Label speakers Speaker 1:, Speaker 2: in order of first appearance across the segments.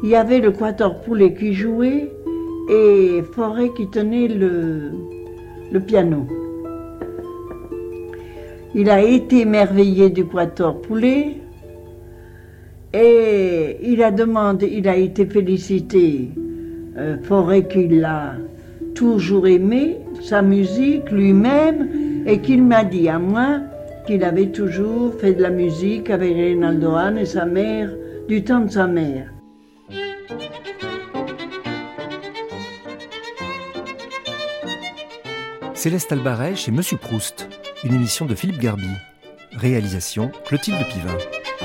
Speaker 1: il y avait le Quatuor Poulet qui jouait et Fauré qui tenait le piano. Il a été émerveillé du Quatuor Poulet et il a été félicité, Fauré qu'il l'a toujours aimé, sa musique lui-même, et qu'il m'a dit à moi qu'il avait toujours fait de la musique avec Reynaldo Hahn et sa mère, du temps de sa mère.
Speaker 2: Céleste Albaret chez Monsieur Proust, une émission de Philippe Garby. Réalisation Clotilde Pivin.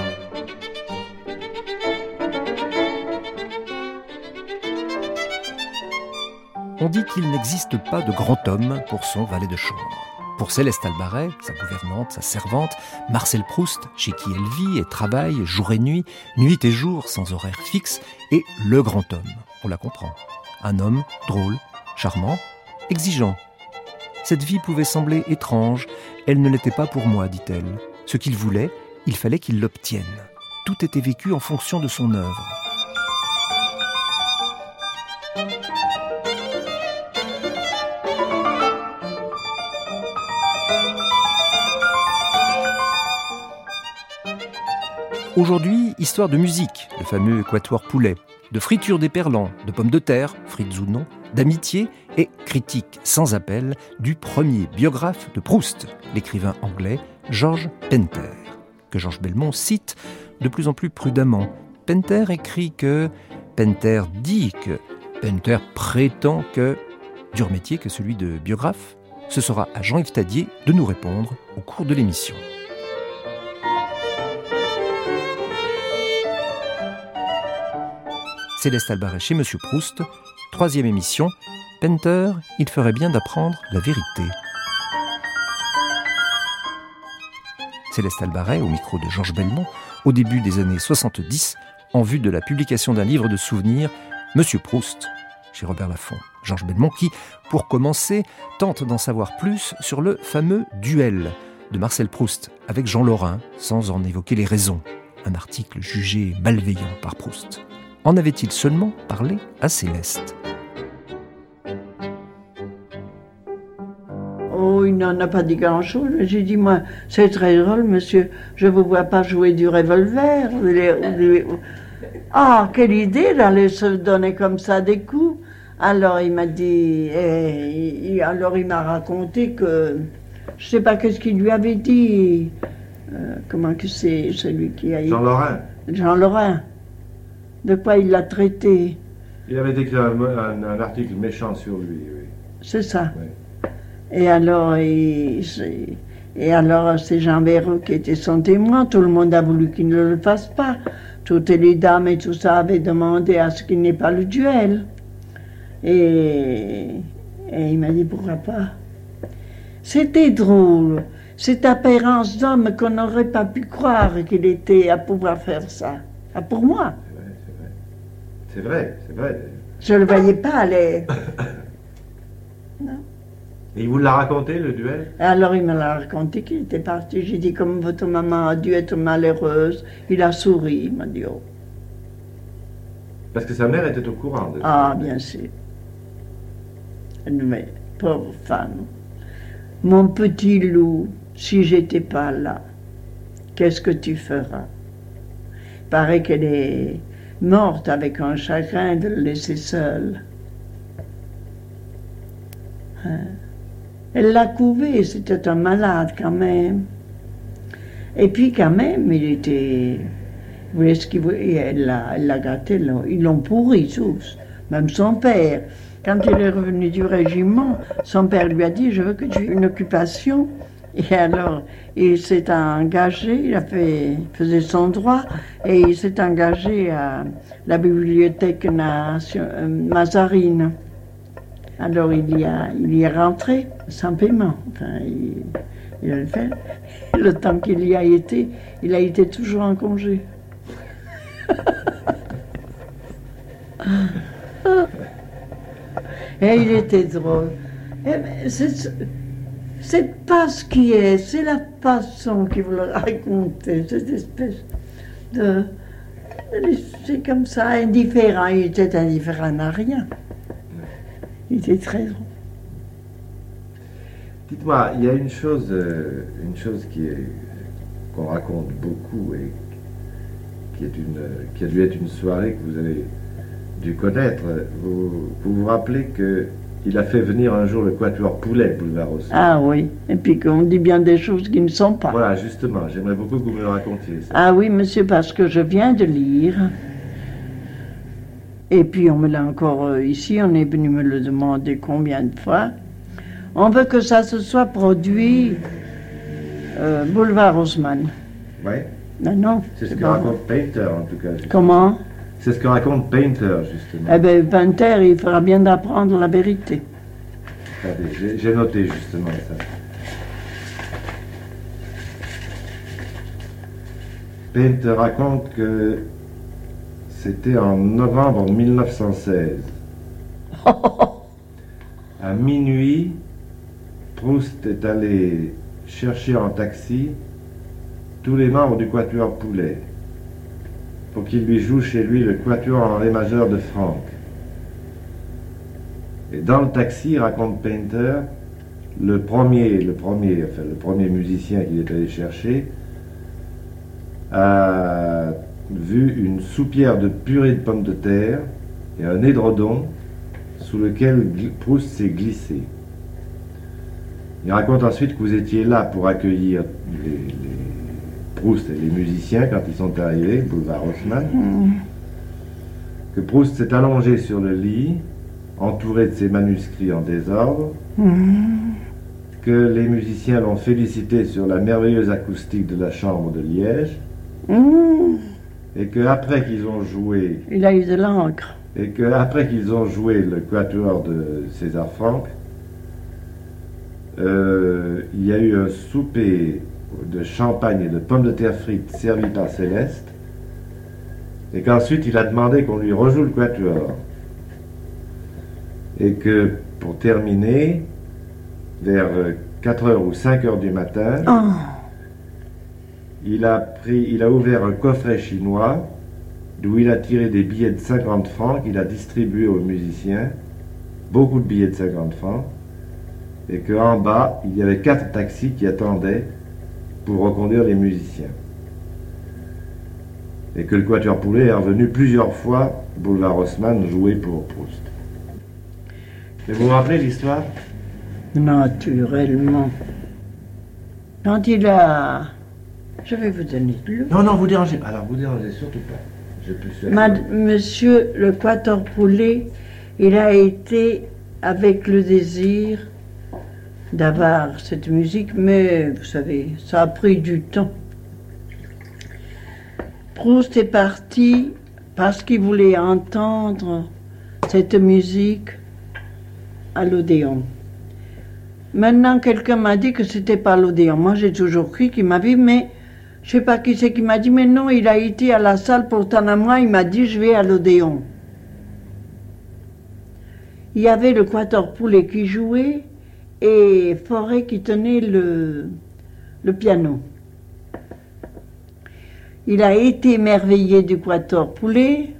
Speaker 2: On dit qu'il n'existe pas de grand homme pour son valet de chambre. Pour Céleste Albaret, sa gouvernante, sa servante, Marcel Proust, chez qui elle vit et travaille jour et nuit et jour sans horaire fixe, est le grand homme. On la comprend. Un homme drôle, charmant, exigeant. Cette vie pouvait sembler étrange. Elle ne l'était pas pour moi, dit-elle. Ce qu'il voulait, il fallait qu'il l'obtienne. Tout était vécu en fonction de son œuvre. Aujourd'hui, histoire de musique, le fameux Quatuor Poulet, de friture d'éperlans, de pommes de terre, frites ou non, d'amitié et critique sans appel du premier biographe de Proust, l'écrivain anglais George Penter, que Georges Belmont cite de plus en plus prudemment. Penter écrit que, Penter dit que, Penter prétend que, dur métier que celui de biographe, ce sera à Jean-Yves Tadier de nous répondre au cours de l'émission. Céleste Albaret chez Monsieur Proust, 3e émission, Penter, il ferait bien d'apprendre la vérité. Céleste Albaret, au micro de Georges Belmont, au début des années 70, en vue de la publication d'un livre de souvenirs, Monsieur Proust, chez Robert Laffont. Georges Belmont qui, pour commencer, tente d'en savoir plus sur le fameux duel de Marcel Proust avec Jean Lorrain, sans en évoquer les raisons. Un article jugé malveillant par Proust. En avait-il seulement parlé à Céleste ?
Speaker 1: Oh, il n'en a pas dit grand-chose. J'ai dit, moi, c'est très drôle, monsieur, je ne vous vois pas jouer du revolver. Ah, quelle idée d'aller se donner comme ça des coups. Alors il m'a dit, alors il m'a raconté que, je ne sais pas qu'est-ce qu'il lui avait dit, comment que c'est celui qui a...
Speaker 3: Jean Lorrain.
Speaker 1: Jean Lorrain. De quoi il l'a traité.
Speaker 3: Il avait écrit un article méchant sur lui, oui.
Speaker 1: C'est ça.
Speaker 3: Oui.
Speaker 1: Et alors, c'est Jean Véreux qui était son témoin. Tout le monde a voulu qu'il ne le fasse pas. Toutes les dames et tout ça avaient demandé à ce qu'il n'ait pas le duel. Et il m'a dit pourquoi pas. C'était drôle. Cette apparence d'homme qu'on n'aurait pas pu croire qu'il était à pouvoir faire ça. Ah, pour moi.
Speaker 3: C'est vrai.
Speaker 1: Je ne le voyais pas aller. Non.
Speaker 3: Et il vous l'a raconté, le duel ?
Speaker 1: Alors il me l'a raconté qu'il était parti. J'ai dit, comme votre maman a dû être malheureuse. Il a souri, il m'a dit, oh.
Speaker 3: Parce que sa mère était au courant de ça.
Speaker 1: Ah, bien sûr. Mais, pauvre femme. Mon petit loup, si j'étais pas là, qu'est-ce que tu feras ? Il paraît qu'elle est morte avec un chagrin de le laisser seul. Hein? Elle l'a couvé, c'était un malade quand même. Et puis quand même, il était... Vous voyez ce qu'il voulait, elle l'a gâté, ils l'ont pourri tous, même son père. Quand il est revenu du régiment, son père lui a dit, je veux que tu aies une occupation. Et alors, il s'est engagé, il faisait son droit, et il s'est engagé à la bibliothèque Mazarine. Alors il y est rentré sans paiement. Enfin, il a le fait. Le temps qu'il y a été, il a été toujours en congé. Et il était drôle. C'est pas ce qui est, c'est la façon qu'il vous le racontait, cette espèce de... C'est comme ça, indifférent. Il était indifférent à rien. Il était très drôle.
Speaker 3: Dites-moi, il y a une chose qu'on raconte beaucoup et qui a dû être une soirée que vous avez dû connaître. Vous vous rappelez qu'il a fait venir un jour le Quatuor Poulet, Boulevard Haussmann.
Speaker 1: Ah oui, et puis qu'on dit bien des choses qui ne sont pas.
Speaker 3: Voilà, justement, j'aimerais beaucoup que vous me le racontiez. Ça.
Speaker 1: Ah oui, monsieur, parce que je viens de lire. Et puis on me l'a encore ici, on est venu me le demander combien de fois. On veut que ça se soit produit Boulevard Haussmann.
Speaker 3: Oui.
Speaker 1: Non.
Speaker 3: C'est ce que raconte Painter, en tout cas. Justement.
Speaker 1: Comment?
Speaker 3: C'est ce que raconte Painter, justement.
Speaker 1: Eh bien, Painter, il fera bien d'apprendre la vérité.
Speaker 3: Attendez, j'ai noté justement ça. Painter raconte que c'était en novembre 1916. À minuit, Proust est allé chercher en taxi tous les membres du Quatuor Poulet pour qu'ils lui jouent chez lui le Quatuor en Ré majeur de Franck. Et dans le taxi, raconte Painter, le premier musicien qu'il est allé chercher a vu une soupière de purée de pommes de terre et un édredon sous lequel Proust s'est glissé. Il raconte ensuite que vous étiez là pour accueillir les Proust et les musiciens quand ils sont arrivés, Boulevard Haussmann, que Proust s'est allongé sur le lit, entouré de ses manuscrits en désordre, que les musiciens l'ont félicité sur la merveilleuse acoustique de la chambre de Liège, et qu'après qu'ils ont joué...
Speaker 1: Il a eu de l'encre.
Speaker 3: Et qu'après qu'ils ont joué le Quatuor de César Franck, il y a eu un souper de champagne et de pommes de terre frites servi par Céleste, et qu'ensuite il a demandé qu'on lui rejoue le Quatuor. Et que, pour terminer, vers 4h ou 5h du matin, il a ouvert un coffret chinois d'où il a tiré des billets de 50 francs qu'il a distribués aux musiciens, beaucoup de billets de 50 francs, et qu'en bas, il y avait 4 taxis qui attendaient pour reconduire les musiciens. Et que le Quatuor Poulet est revenu plusieurs fois Boulevard Haussmann jouer pour Proust. Et vous vous rappelez l'histoire?
Speaker 1: Naturellement. Quand il a... Je vais vous donner le...
Speaker 3: Non, vous dérangez pas. Alors, vous dérangez surtout pas. Je peux
Speaker 1: Monsieur le Quatuor Poulet, il a été avec le désir d'avoir cette musique, mais vous savez, ça a pris du temps. Proust est parti parce qu'il voulait entendre cette musique à l'Odéon. Maintenant, quelqu'un m'a dit que c'était pas l'Odéon. Moi, j'ai toujours cru qu'il m'avait, mais je sais pas qui c'est qui m'a dit, mais non, il a été à la salle pourtant à moi, il m'a dit, je vais à l'Odéon. Il y avait le Quatuor Poulet qui jouait et Fauré qui tenait le piano. Il a été émerveillé du Quatuor Poulet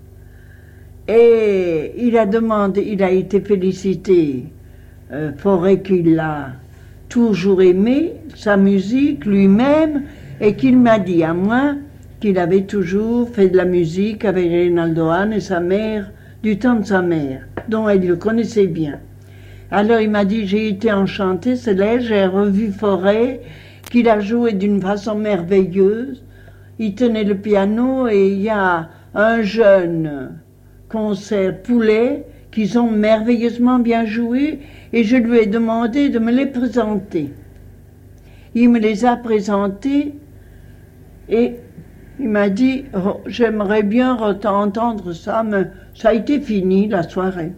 Speaker 1: et il a été félicité, Fauré qu'il l'a toujours aimé, sa musique lui-même, et qu'il m'a dit à moi qu'il avait toujours fait de la musique avec Reynaldo Hahn et sa mère, du temps de sa mère, dont elle le connaissait bien. Alors il m'a dit, j'ai été enchanté, c'est là, j'ai revu Fauré, qu'il a joué d'une façon merveilleuse. Il tenait le piano et il y a un jeune concert Poulet qu'ils ont merveilleusement bien joué et je lui ai demandé de me les présenter. Il me les a présentés et il m'a dit, oh, j'aimerais bien entendre ça, mais ça a été fini la soirée.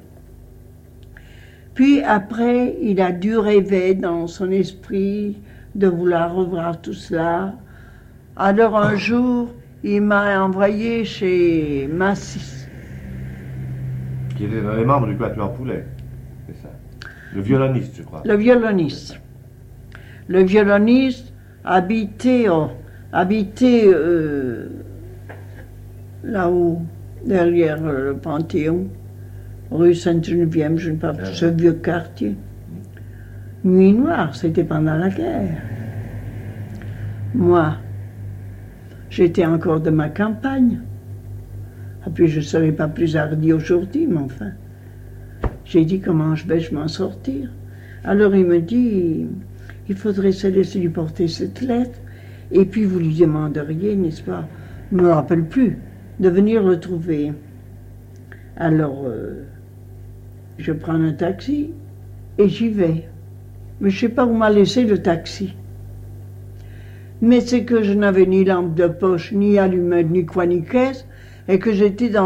Speaker 1: Puis après, il a dû rêver dans son esprit de vouloir revoir tout cela. Alors un jour, il m'a envoyé chez Massis.
Speaker 3: Qui était dans les membres du Quatuor Poulet, c'est ça. Le violoniste, je crois.
Speaker 1: Le violoniste. Le violoniste habitait là-haut, derrière le Panthéon, rue Sainte-Geneviève, je ne sais pas, ce vieux quartier. Nuit noire, c'était pendant la guerre. Moi, j'étais encore de ma campagne. Et puis je ne serais pas plus hardi aujourd'hui, mais enfin. J'ai dit comment je vais m'en sortir. Alors il me dit, il faudrait se laisser lui porter cette lettre, et puis vous lui demanderiez, n'est-ce pas, je ne me rappelle plus, de venir le trouver. Alors, je prends un taxi et j'y vais. Mais je ne sais pas où m'a laissé le taxi. Mais c'est que je n'avais ni lampe de poche, ni allumette, ni quoi, ni caisse, et que j'étais dans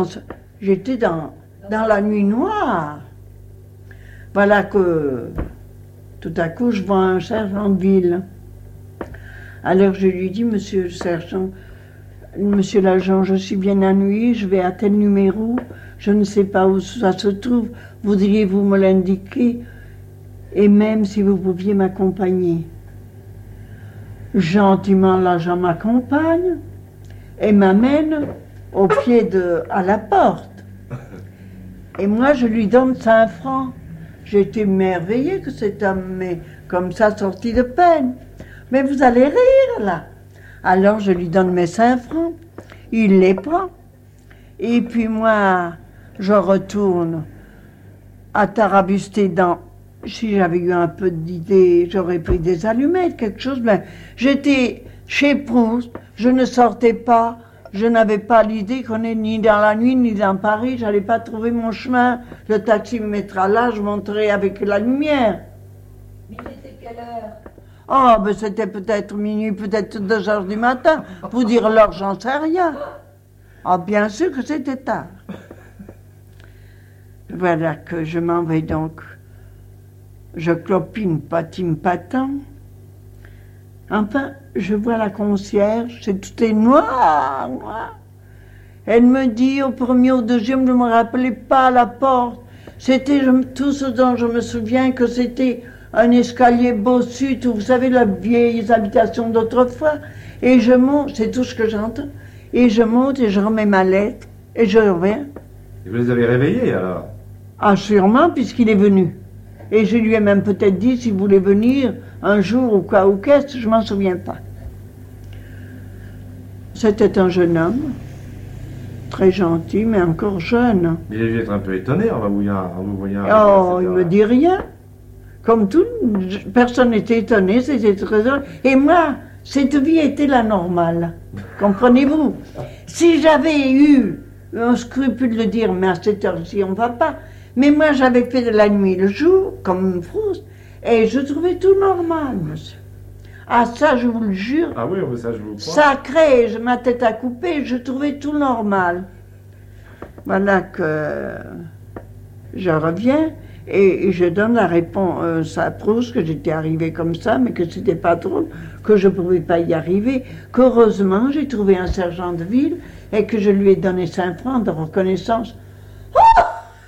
Speaker 1: la nuit noire. Voilà que, tout à coup, je vois un sergent de ville. Alors je lui dis, monsieur le sergent, monsieur l'agent, je suis bien ennuyé, je vais à tel numéro, je ne sais pas où ça se trouve, voudriez-vous me l'indiquer, et même si vous pouviez m'accompagner. Gentiment, l'agent m'accompagne et m'amène à la porte. Et moi, je lui donne 5 francs. J'étais émerveillée que cet homme m'ait comme ça sorti de peine. Mais vous allez rire, là. Alors, je lui donne mes 5 francs. Il les prend. Et puis moi, je retourne à tarabuster dans... Si j'avais eu un peu d'idées, j'aurais pris des allumettes, quelque chose. Mais j'étais chez Proust, je ne sortais pas. Je n'avais pas l'idée qu'on est ni dans la nuit, ni dans Paris. J'allais pas trouver mon chemin. Le taxi me mettra là, je monterai avec la lumière.
Speaker 4: Mais c'était quelle heure?
Speaker 1: Oh, ben c'était peut-être minuit, peut-être 2 heures du matin. Pour dire l'heure, j'en sais rien. Ah, bien sûr que c'était tard. Voilà que je m'en vais donc. Je clopine, patine, patin. Enfin, je vois la concierge, tout est noir, noir. Elle me dit au premier, au deuxième, ne me rappelez pas la porte. C'était tout ce dont je me souviens, que c'était un escalier bossu, vous savez, les vieilles habitations d'autrefois. Et je monte, c'est tout ce que j'entends. Et je monte et je remets ma lettre et je reviens.
Speaker 3: Et vous les avez réveillés alors?
Speaker 1: Ah, sûrement, puisqu'il est venu. Et je lui ai même peut-être dit s'il voulait venir un jour ou quoi ou qu'est-ce, je m'en souviens pas. C'était un jeune homme, très gentil, mais encore jeune.
Speaker 3: Il a dû être un peu étonné en vous voyant.
Speaker 1: Oh, il me dit rien. Comme tout, personne n'était étonné, c'était très heureux. Et moi, cette vie était la normale. Comprenez-vous? Si j'avais eu un scrupule de dire, mais à cette heure-ci, on ne va pas. Mais moi, j'avais fait de la nuit le jour, comme une frousse, et je trouvais tout normal, monsieur. Ah, ça, je vous le jure.
Speaker 3: Ah oui, ça, je vous crois.
Speaker 1: Sacré, ma tête à couper, je trouvais tout normal. Voilà que je reviens et je donne la réponse à Proust, que j'étais arrivée comme ça, mais que c'était pas drôle, que je ne pouvais pas y arriver, qu'heureusement, j'ai trouvé un sergent de ville et que je lui ai donné 5 francs de reconnaissance. Oh!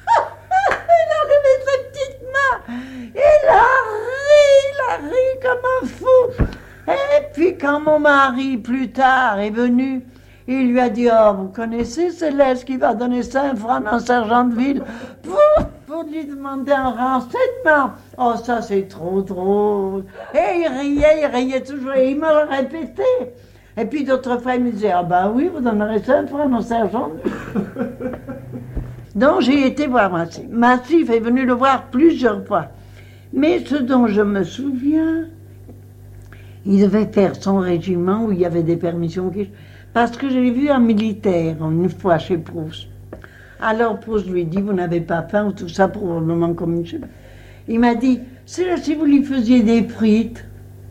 Speaker 1: Il a ri comme un fou. Et puis quand mon mari, plus tard, est venu, il lui a dit, oh, vous connaissez Céleste qui va donner 5 francs à un sergent de ville pour lui demander un renseignement. Oh, ça c'est trop drôle. Et il riait toujours, et il me le répétait. Et puis d'autres fois, il me disait, ah ben oui, vous donnerez 5 francs à un sergent de ville. Donc j'ai été voir Massif. Massif est venu le voir plusieurs fois. Mais ce dont je me souviens, il devait faire son régiment où il y avait des permissions. Parce que je l'ai vu en militaire une fois chez Proust. Alors Proust lui dit, vous n'avez pas faim ou tout ça, probablement comme une chèvre. Il m'a dit, c'est si vous lui faisiez des frites.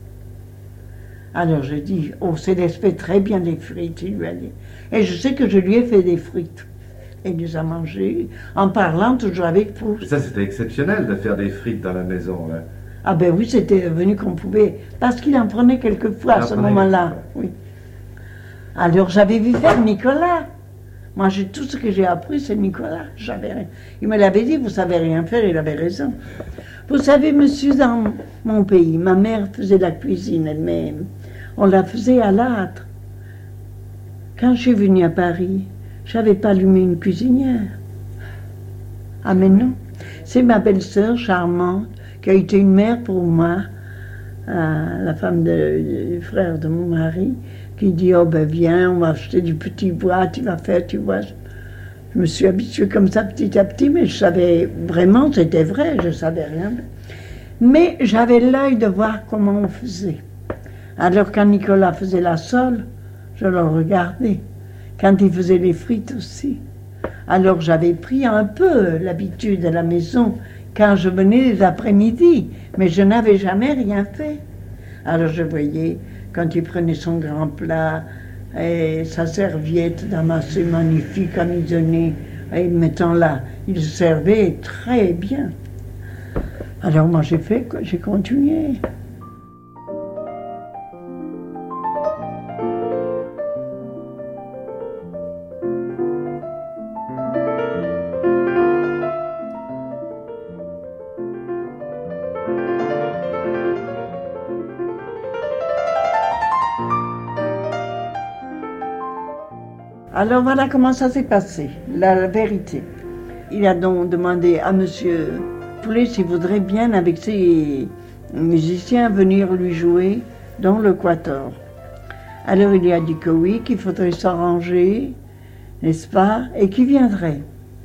Speaker 1: Alors j'ai dit, oh, Céleste fait très bien les frites, il lui a dit. Et je sais que je lui ai fait des frites. Et il les a mangées, en parlant toujours avec Proust.
Speaker 3: Ça, c'était exceptionnel de faire des frites dans la maison. Là.
Speaker 1: Ah ben oui, c'était venu qu'on pouvait, parce qu'il en prenait quelquefois à ce moment-là. Oui. Alors j'avais vu faire Nicolas. Moi, tout ce que j'ai appris, c'est Nicolas. J'avais rien. Il me l'avait dit, vous savez rien faire, il avait raison. Vous savez, monsieur, dans mon pays, ma mère faisait la cuisine elle-même. On la faisait à l'âtre. Quand je suis venue à Paris, j'avais pas allumé une cuisinière. Ah mais non, c'est ma belle-sœur charmante qui a été une mère pour moi, la femme du frère de mon mari, qui dit oh ben viens, on va acheter du petit bois, tu vas faire, tu vois. Je me suis habituée comme ça petit à petit, mais je savais vraiment, c'était vrai, je savais rien. Mais j'avais l'œil de voir comment on faisait. Alors quand Nicolas faisait la sole, je le regardais. Quand il faisait les frites aussi. Alors j'avais pris un peu l'habitude à la maison quand je venais les après-midi, mais je n'avais jamais rien fait. Alors je voyais quand il prenait son grand plat et sa serviette damassée magnifique, amisonnée, et mettant là, il servait très bien. Alors moi j'ai continué. Alors voilà comment ça s'est passé, la vérité. Il a donc demandé à monsieur Poulet s'il voudrait bien, avec ses musiciens, venir lui jouer dans le Quatuor. Alors il lui a dit que oui, qu'il faudrait s'arranger, n'est-ce pas, et qu'il viendrait.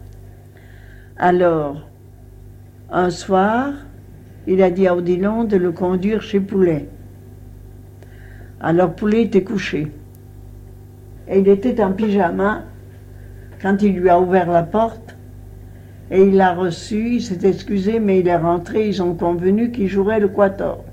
Speaker 1: Alors, un soir, il a dit à Odilon de le conduire chez Poulet. Alors Poulet était couché. Et il était en pyjama quand il lui a ouvert la porte. Et il l'a reçu, il s'est excusé, mais il est rentré, ils ont convenu qu'il jouerait le Quatuor.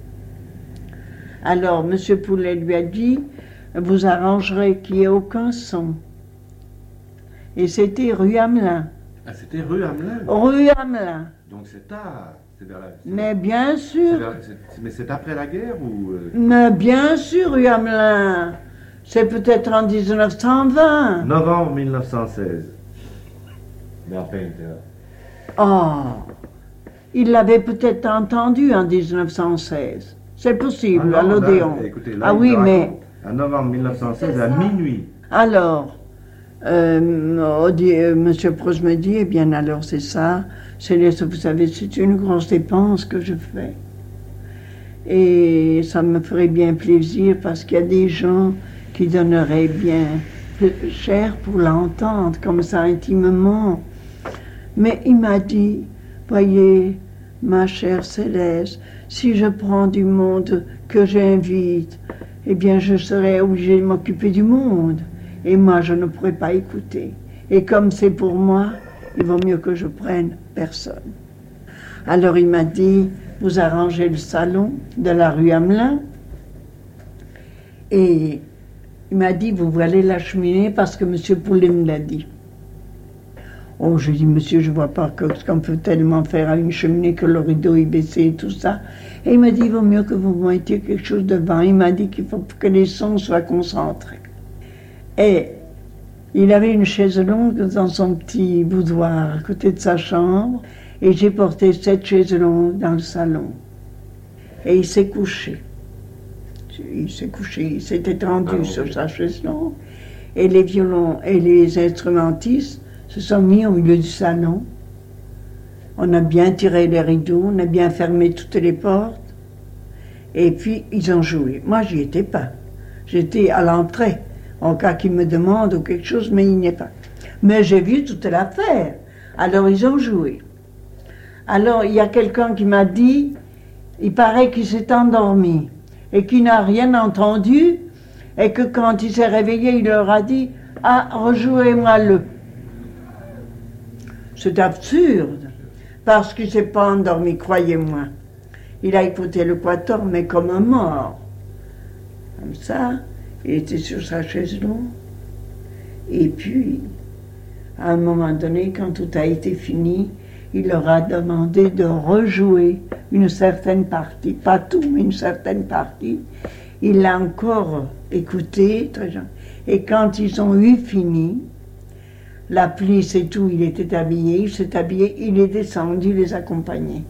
Speaker 1: Alors, M. Poulet lui a dit, vous arrangerez qu'il n'y ait aucun son. Et c'était rue Hamelin.
Speaker 3: Ah, c'était rue Hamelin?
Speaker 1: Rue Hamelin.
Speaker 3: Donc c'est tard. C'est vers la...
Speaker 1: Mais bien sûr.
Speaker 3: Mais c'est après la guerre ou...
Speaker 1: Mais bien sûr, rue Hamelin. C'est peut-être en 1920.
Speaker 3: Novembre 1916. Mais à peine.
Speaker 1: Oh, il l'avait peut-être entendu en 1916. C'est possible, à l'Odéon.
Speaker 3: Ah oui, mais... À novembre 1916, à minuit.
Speaker 1: Alors, Monsieur Proust me dit, eh bien alors c'est ça, vous savez, c'est une grosse dépense que je fais. Et ça me ferait bien plaisir parce qu'il y a des gens qui donneraient bien cher pour l'entendre, comme ça intimement. Mais il m'a dit, voyez, ma chère Céleste, si je prends du monde que j'invite, eh bien je serai obligée de m'occuper du monde. Et moi, je ne pourrais pas écouter. Et comme c'est pour moi, il vaut mieux que je prenne personne. Alors il m'a dit, vous arrangez le salon de la rue Hamelin. Et il m'a dit, vous voilez la cheminée parce que M. Poulet me l'a dit. Oh, je dis, monsieur, je ne vois pas ce qu'on peut tellement faire à une cheminée que le rideau est baissé et tout ça. Et il m'a dit, il vaut mieux que vous mettiez quelque chose devant. Il m'a dit qu'il faut que les sons soient concentrés. Et il avait une chaise longue dans son petit boudoir à côté de sa chambre. Et j'ai porté cette chaise longue dans le salon. Et il s'est couché. Il s'est étendu sur sa chaise longue. Et les violons et les instrumentistes se sont mis au milieu du salon. On a bien tiré les rideaux, on a bien fermé toutes les portes. Et puis, ils ont joué. Moi, j'y étais pas. J'étais à l'entrée, en cas qu'ils me demandent ou quelque chose, mais il n'y est pas. Mais j'ai vu toute l'affaire. Alors, ils ont joué. Alors, il y a quelqu'un qui m'a dit, il paraît qu'il s'est endormi et qu'il n'a rien entendu, et que quand il s'est réveillé, il leur a dit, ah, rejouez-moi-le. C'est absurde, parce qu'il ne s'est pas endormi, croyez-moi. Il a écouté le Quatuor, mais comme un mort. Comme ça, il était sur sa chaise longue. Et puis, à un moment donné, quand tout a été fini, il leur a demandé de rejouer une certaine partie, pas tout, mais une certaine partie. Il l'a encore écouté, très gentil. Et quand ils ont eu fini, la pluie, c'est tout, il était habillé, il s'est habillé, il est descendu les accompagner.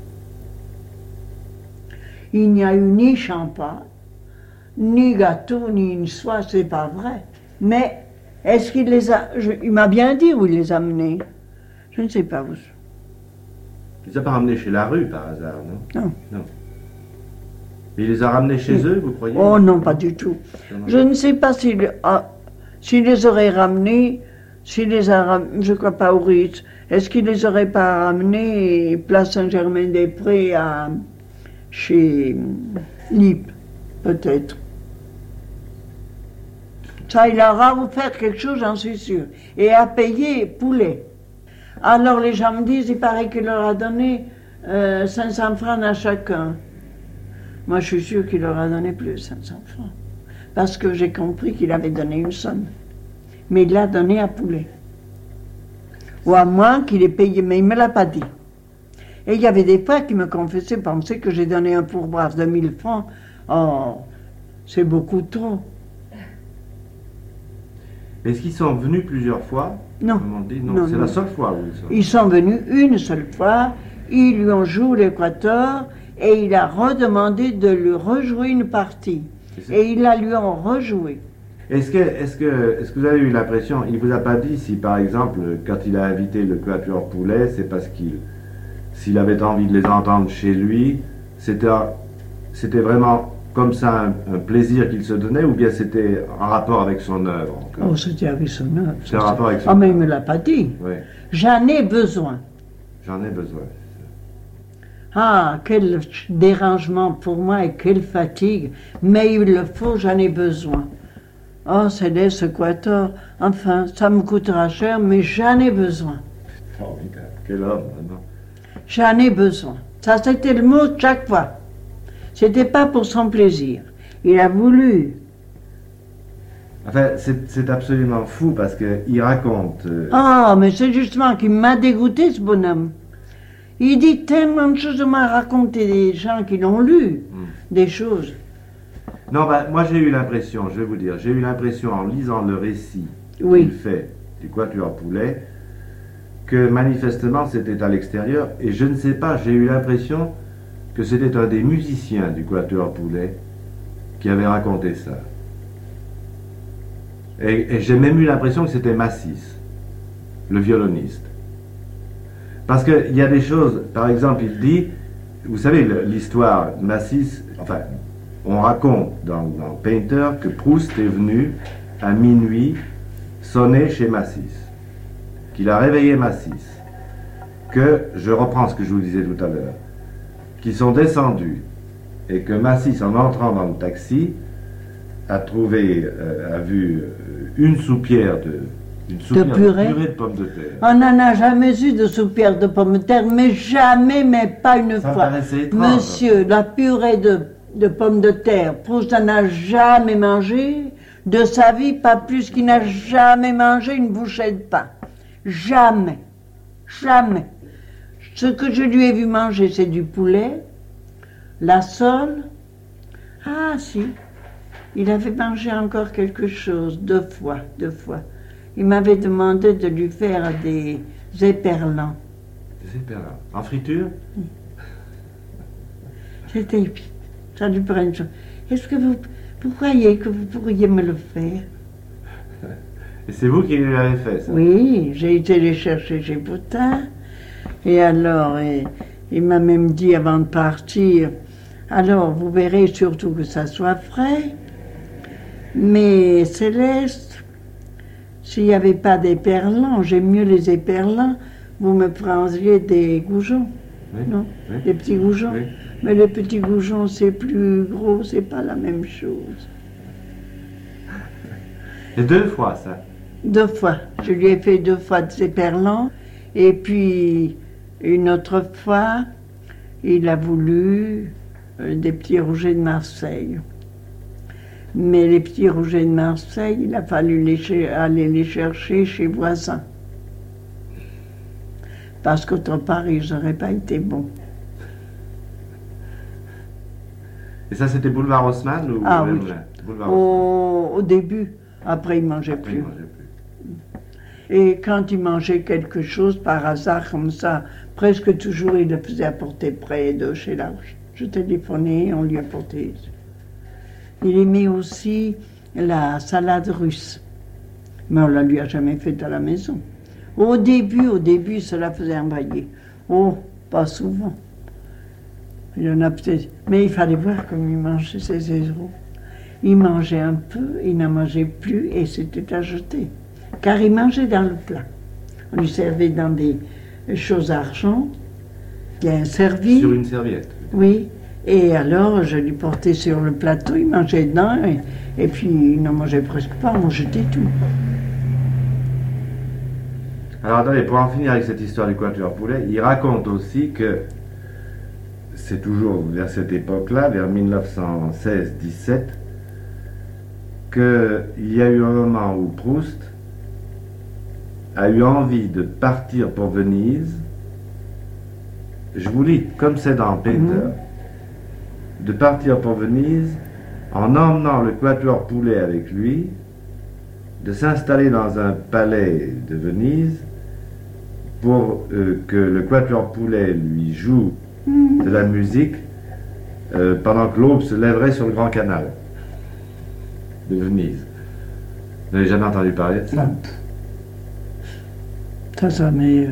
Speaker 1: Il n'y a eu ni champagne, ni gâteau, ni une soie, c'est pas vrai. Mais Est-ce qu'il les a... il m'a bien dit où il les a amenés. Je ne sais pas où.
Speaker 3: Il les a pas ramenés chez la rue par hasard, non?
Speaker 1: Non.
Speaker 3: Non. Il les a ramenés chez eux, vous croyez?
Speaker 1: Oh non, pas du tout. Je ne sais pas s'il les aurait ramenés, je ne crois pas au Ritz. Est-ce qu'il les aurait pas ramenés place Saint-Germain-des-Prés chez Lippe, peut-être. Ça, il aura offert quelque chose, j'en suis sûr. Et à payer poulet. Alors les gens me disent, il paraît qu'il leur a donné 500 francs à chacun. Moi, je suis sûr qu'il leur a donné plus, 500 francs. Parce que j'ai compris qu'il avait donné une somme. Mais il l'a donné à poulet. Ou à moins qu'il ait payé, mais il ne me l'a pas dit. Et il y avait des fois qui me confessaient, pensaient que j'ai donné un pourboire de 1000 francs. Oh, c'est beaucoup trop.
Speaker 3: Est-ce qu'ils sont venus plusieurs fois?
Speaker 1: Non.
Speaker 3: Comme on dit, non,
Speaker 1: Non,
Speaker 3: c'est
Speaker 1: non.
Speaker 3: la seule fois où ils sont.
Speaker 1: Ils sont venus une seule fois, ils lui ont joué l'Équateur et il a redemandé de lui rejouer une partie. Et ils la lui ont rejoué.
Speaker 3: Est-ce que vous avez eu l'impression, il vous a pas dit si par exemple, quand il a invité le Quatuor Poulet, c'est parce s'il avait envie de les entendre chez lui, c'était vraiment comme ça un plaisir qu'il se donnait, ou bien c'était en rapport avec son œuvre encore?
Speaker 1: Oh, c'était avec son œuvre.
Speaker 3: C'est en rapport avec son
Speaker 1: Ah, mais il
Speaker 3: œuvre.
Speaker 1: ne me l'a pas dit.
Speaker 3: Oui,
Speaker 1: J'en ai besoin.
Speaker 3: j'en ai besoin.
Speaker 1: Ah, quel dérangement pour moi et quelle fatigue. Mais il le faut, j'en ai besoin. Oh, c'est ce Quatuor. Enfin, ça me coûtera cher, mais j'en ai besoin.
Speaker 3: Formidable. Quel homme, vraiment.
Speaker 1: J'en ai besoin. Ça, c'était le mot de chaque fois. C'était pas pour son plaisir. Il a voulu.
Speaker 3: Enfin, c'est absolument fou parce qu'il raconte.
Speaker 1: Ah, mais c'est justement qu'il m'a dégoûté, ce bonhomme. Il dit tellement de choses, il m'a raconté des gens qui l'ont lu, des choses.
Speaker 3: Non, moi j'ai eu l'impression, je vais vous dire, j'ai eu l'impression en lisant le récit
Speaker 1: Oui.
Speaker 3: qu'il fait du Quatuor Poulet, que manifestement c'était à l'extérieur, et je ne sais pas, j'ai eu l'impression que c'était un des musiciens du Quatuor Poulet qui avait raconté ça. Et j'ai même eu l'impression que c'était Massis, le violoniste. Parce qu'il y a des choses, par exemple, il dit, vous savez, l'histoire Massis, enfin, on raconte dans Painter que Proust est venu à minuit sonner chez Massis, qu'il a réveillé Massis, que, je reprends ce que je vous disais tout à l'heure, qu'ils sont descendus et que Massis, en entrant dans le taxi, a vu une soupière de
Speaker 1: purée
Speaker 3: de pommes de terre.
Speaker 1: On n'en a jamais eu de soupière de pommes de terre, mais jamais, mais pas une
Speaker 3: Ça
Speaker 1: fois.
Speaker 3: paraissait étrange.
Speaker 1: Monsieur, la purée de pommes de terre, Proust n'en a jamais mangé, de sa vie, pas plus qu'il n'a jamais mangé une bouchée de pain. Jamais. Jamais. Ce que je lui ai vu manger, c'est du poulet, la sole. Ah, si. Il avait mangé encore quelque chose, deux fois. Il m'avait demandé de lui faire des éperlans.
Speaker 3: Des éperlans. En friture?
Speaker 1: C'était bien. Ça lui prend une chose. Est-ce que vous croyez que vous pourriez me le faire?
Speaker 3: Et c'est vous qui lui avez fait ça?
Speaker 1: Oui, j'ai été les chercher chez Boutin. Et alors, il m'a même dit avant de partir, alors vous verrez surtout que ça soit frais. Mais Céleste, s'il n'y avait pas d'éperlans, j'aime mieux les éperlans, vous me prendriez des goujons.
Speaker 3: Oui,
Speaker 1: Non,
Speaker 3: oui.
Speaker 1: des petits goujons.
Speaker 3: Oui.
Speaker 1: Mais les petits goujons, c'est plus gros, c'est pas la même chose.
Speaker 3: Et deux fois ça?
Speaker 1: 2 fois. Je lui ai fait 2 fois des éperlans. Et puis, une autre fois, il a voulu des petits rougets de Marseille. Mais les petits rougets de Marseille, il a fallu aller les chercher chez voisins. Parce qu'autre part, ils n'auraient pas été bons.
Speaker 3: Et ça c'était Boulevard Haussmann ou
Speaker 1: Ah
Speaker 3: même
Speaker 1: oui.
Speaker 3: là? Boulevard Haussmann.
Speaker 1: Au début. Après, il ne mangeait
Speaker 3: Après,
Speaker 1: plus.
Speaker 3: il mangeait plus.
Speaker 1: Et quand il mangeait quelque chose, par hasard, comme ça, presque toujours, il le faisait apporter près de chez là. Je téléphonais, on lui apportait. Il aimait aussi la salade russe. Mais on ne la lui a jamais faite à la maison. Au début, cela faisait envahir. Oh, pas souvent. Il y en a peut-être. Mais il fallait voir comme il mangeait ses aiserons. Il mangeait un peu, il n'en mangeait plus et c'était à jeter. Car il mangeait dans le plat. On lui servait dans des choses à argent. Bien servi.
Speaker 3: Sur une serviette.
Speaker 1: Oui. Et alors, je lui portais sur le plateau, il mangeait dedans et puis il n'en mangeait presque pas, on jetait tout.
Speaker 3: Alors attendez, pour en finir avec cette histoire du Quatuor Poulet, il raconte aussi que c'est toujours vers cette époque-là, vers 1916-17, qu'il y a eu un moment où Proust a eu envie de partir pour Venise. Je vous lis, comme c'est dans Peter, de partir pour Venise en emmenant le Quatuor Poulet avec lui, de s'installer dans un palais de Venise pour que le Quatuor Poulet lui joue de la musique pendant que l'aube se lèverait sur le Grand Canal de Venise. Vous n'avez jamais entendu parler de ça?
Speaker 1: Ça, mais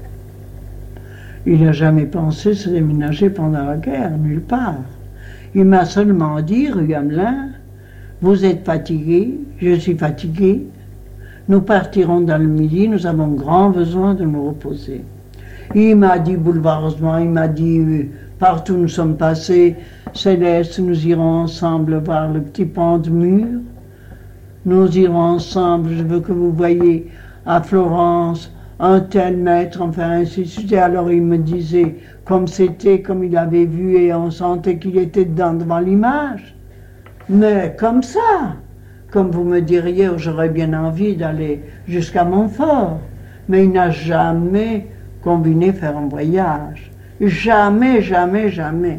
Speaker 1: il n'a jamais pensé se déménager pendant la guerre, nulle part. Il m'a seulement dit, rue Hamelin, vous êtes fatigué, je suis fatigué, nous partirons dans le midi, nous avons grand besoin de nous reposer. Il m'a dit bouleversement, il m'a dit, partout nous sommes passés, Céleste, nous irons ensemble voir le petit pont de mur, nous irons ensemble, je veux que vous voyiez à Florence, un tel maître, enfin ainsi de suite. Alors il me disait comme c'était, comme il avait vu et on sentait qu'il était dedans devant l'image. Mais comme ça, comme vous me diriez, j'aurais bien envie d'aller jusqu'à Montfort. Mais il n'a jamais combiné faire un voyage. Jamais, jamais, jamais.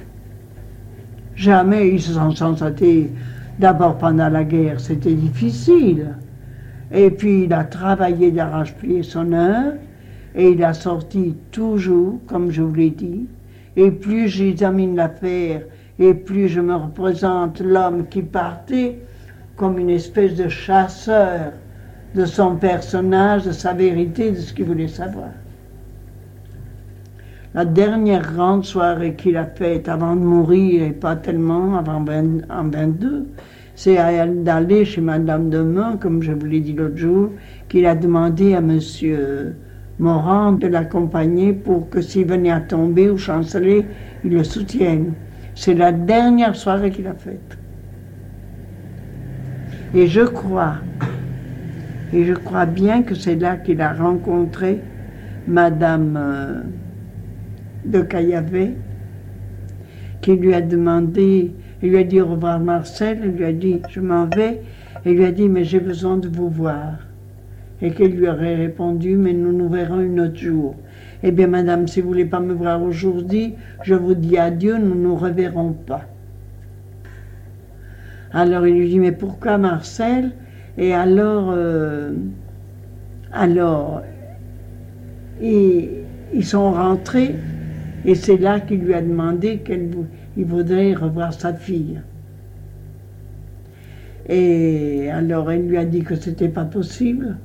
Speaker 1: Jamais ils se sont sentis. D'abord pendant la guerre, c'était difficile. Et puis il a travaillé d'arrache-pied son œuvre et il a sorti toujours, comme je vous l'ai dit. Et plus j'examine l'affaire et plus je me représente l'homme qui partait comme une espèce de chasseur de son personnage, de sa vérité, de ce qu'il voulait savoir. La dernière grande soirée qu'il a faite avant de mourir, et pas tellement, en 22, c'est d'aller chez Madame de Meun, comme je vous l'ai dit l'autre jour, qu'il a demandé à Monsieur Morand de l'accompagner pour que s'il venait à tomber ou chanceler, il le soutienne. C'est la dernière soirée qu'il a faite. Et je crois bien que c'est là qu'il a rencontré Madame de Caillavet, qui lui a demandé, il lui a dit au revoir Marcel, il lui a dit je m'en vais, et il lui a dit mais j'ai besoin de vous voir. Et qu'il lui aurait répondu mais nous nous verrons un autre jour. Eh bien madame, si vous ne voulez pas me voir aujourd'hui, je vous dis adieu, nous ne nous reverrons pas. Alors il lui dit mais pourquoi Marcel? Et alors ils sont rentrés et c'est là qu'il lui a demandé qu'il voudrait revoir sa fille. Et alors elle lui a dit que c'était pas possible.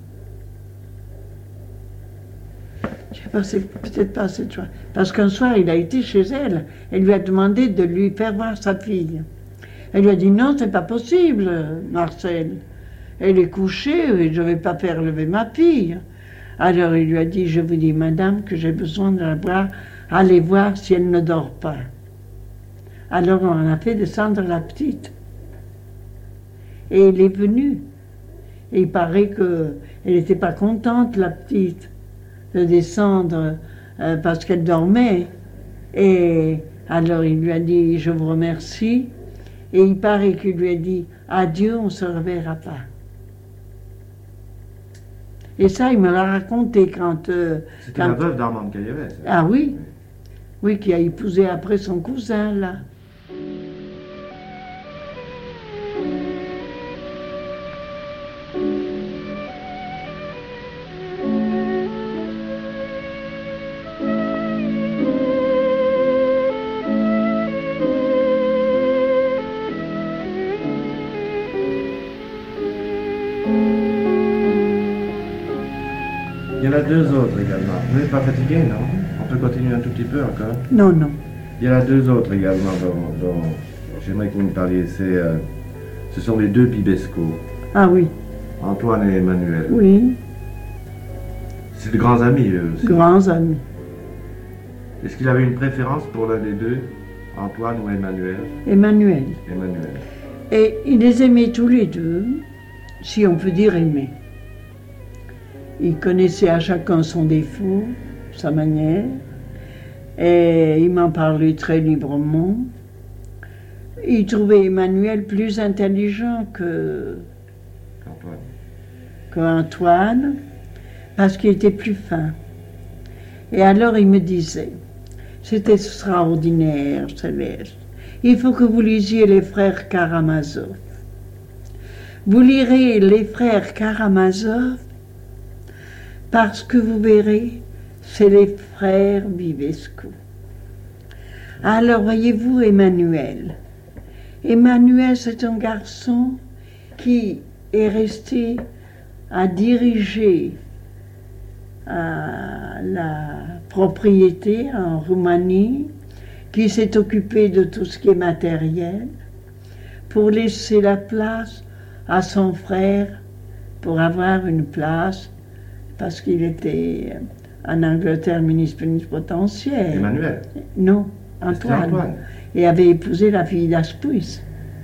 Speaker 1: Je sais pas, c'est peut-être pas cette fois. Parce qu'un soir il a été chez elle, elle lui a demandé de lui faire voir sa fille. Elle lui a dit non, c'est pas possible, Marcel. Elle est couchée et je ne vais pas faire lever ma fille. Alors il lui a dit, je vous dis, madame, que j'ai besoin de la voir, allez voir si elle ne dort pas. Alors on a fait descendre la petite. Et elle est venue. Et il paraît qu'elle n'était pas contente, la petite, de descendre parce qu'elle dormait. Et alors il lui a dit, je vous remercie. Et il paraît qu'il lui a dit, adieu, on ne se reverra pas. Et ça, il me l'a raconté quand...
Speaker 3: C'était la veuve d'Armand de Caillavet.
Speaker 1: Ah oui, oui, qui a épousé après son cousin, là.
Speaker 3: a deux autres également. Vous n'êtes pas fatigué, non? On peut continuer un tout petit peu encore?
Speaker 1: Non, non.
Speaker 3: Il y en a deux autres également dont j'aimerais que vous me parliez. Ce sont les deux Pibesco,
Speaker 1: Ah oui,
Speaker 3: Antoine et Emmanuel.
Speaker 1: oui,
Speaker 3: C'est de grands amis, eux aussi.
Speaker 1: grands amis.
Speaker 3: Est-ce qu'il avait une préférence pour l'un des deux, Antoine ou Emmanuel?
Speaker 1: Emmanuel.
Speaker 3: Emmanuel.
Speaker 1: Et il les aimait tous les deux, si on peut dire aimer. Il connaissait à chacun son défaut, sa manière, et il m'en parlait très librement. Il trouvait Emmanuel plus intelligent qu'Antoine, parce qu'il était plus fin. Et alors il me disait, c'est extraordinaire, Céleste, il faut que vous lisiez les frères Karamazov. Vous lirez les frères Karamazov parce que vous verrez, c'est les frères Bibesco. Alors voyez-vous Emmanuel. Emmanuel, c'est un garçon qui est resté à diriger la propriété en Roumanie, qui s'est occupé de tout ce qui est matériel, pour laisser la place à son frère, pour avoir une place, parce qu'il était en Angleterre ministre plénipotentiaire.
Speaker 3: Emmanuel?
Speaker 1: Non, Antoine. Et avait épousé la fille d'Aspuis.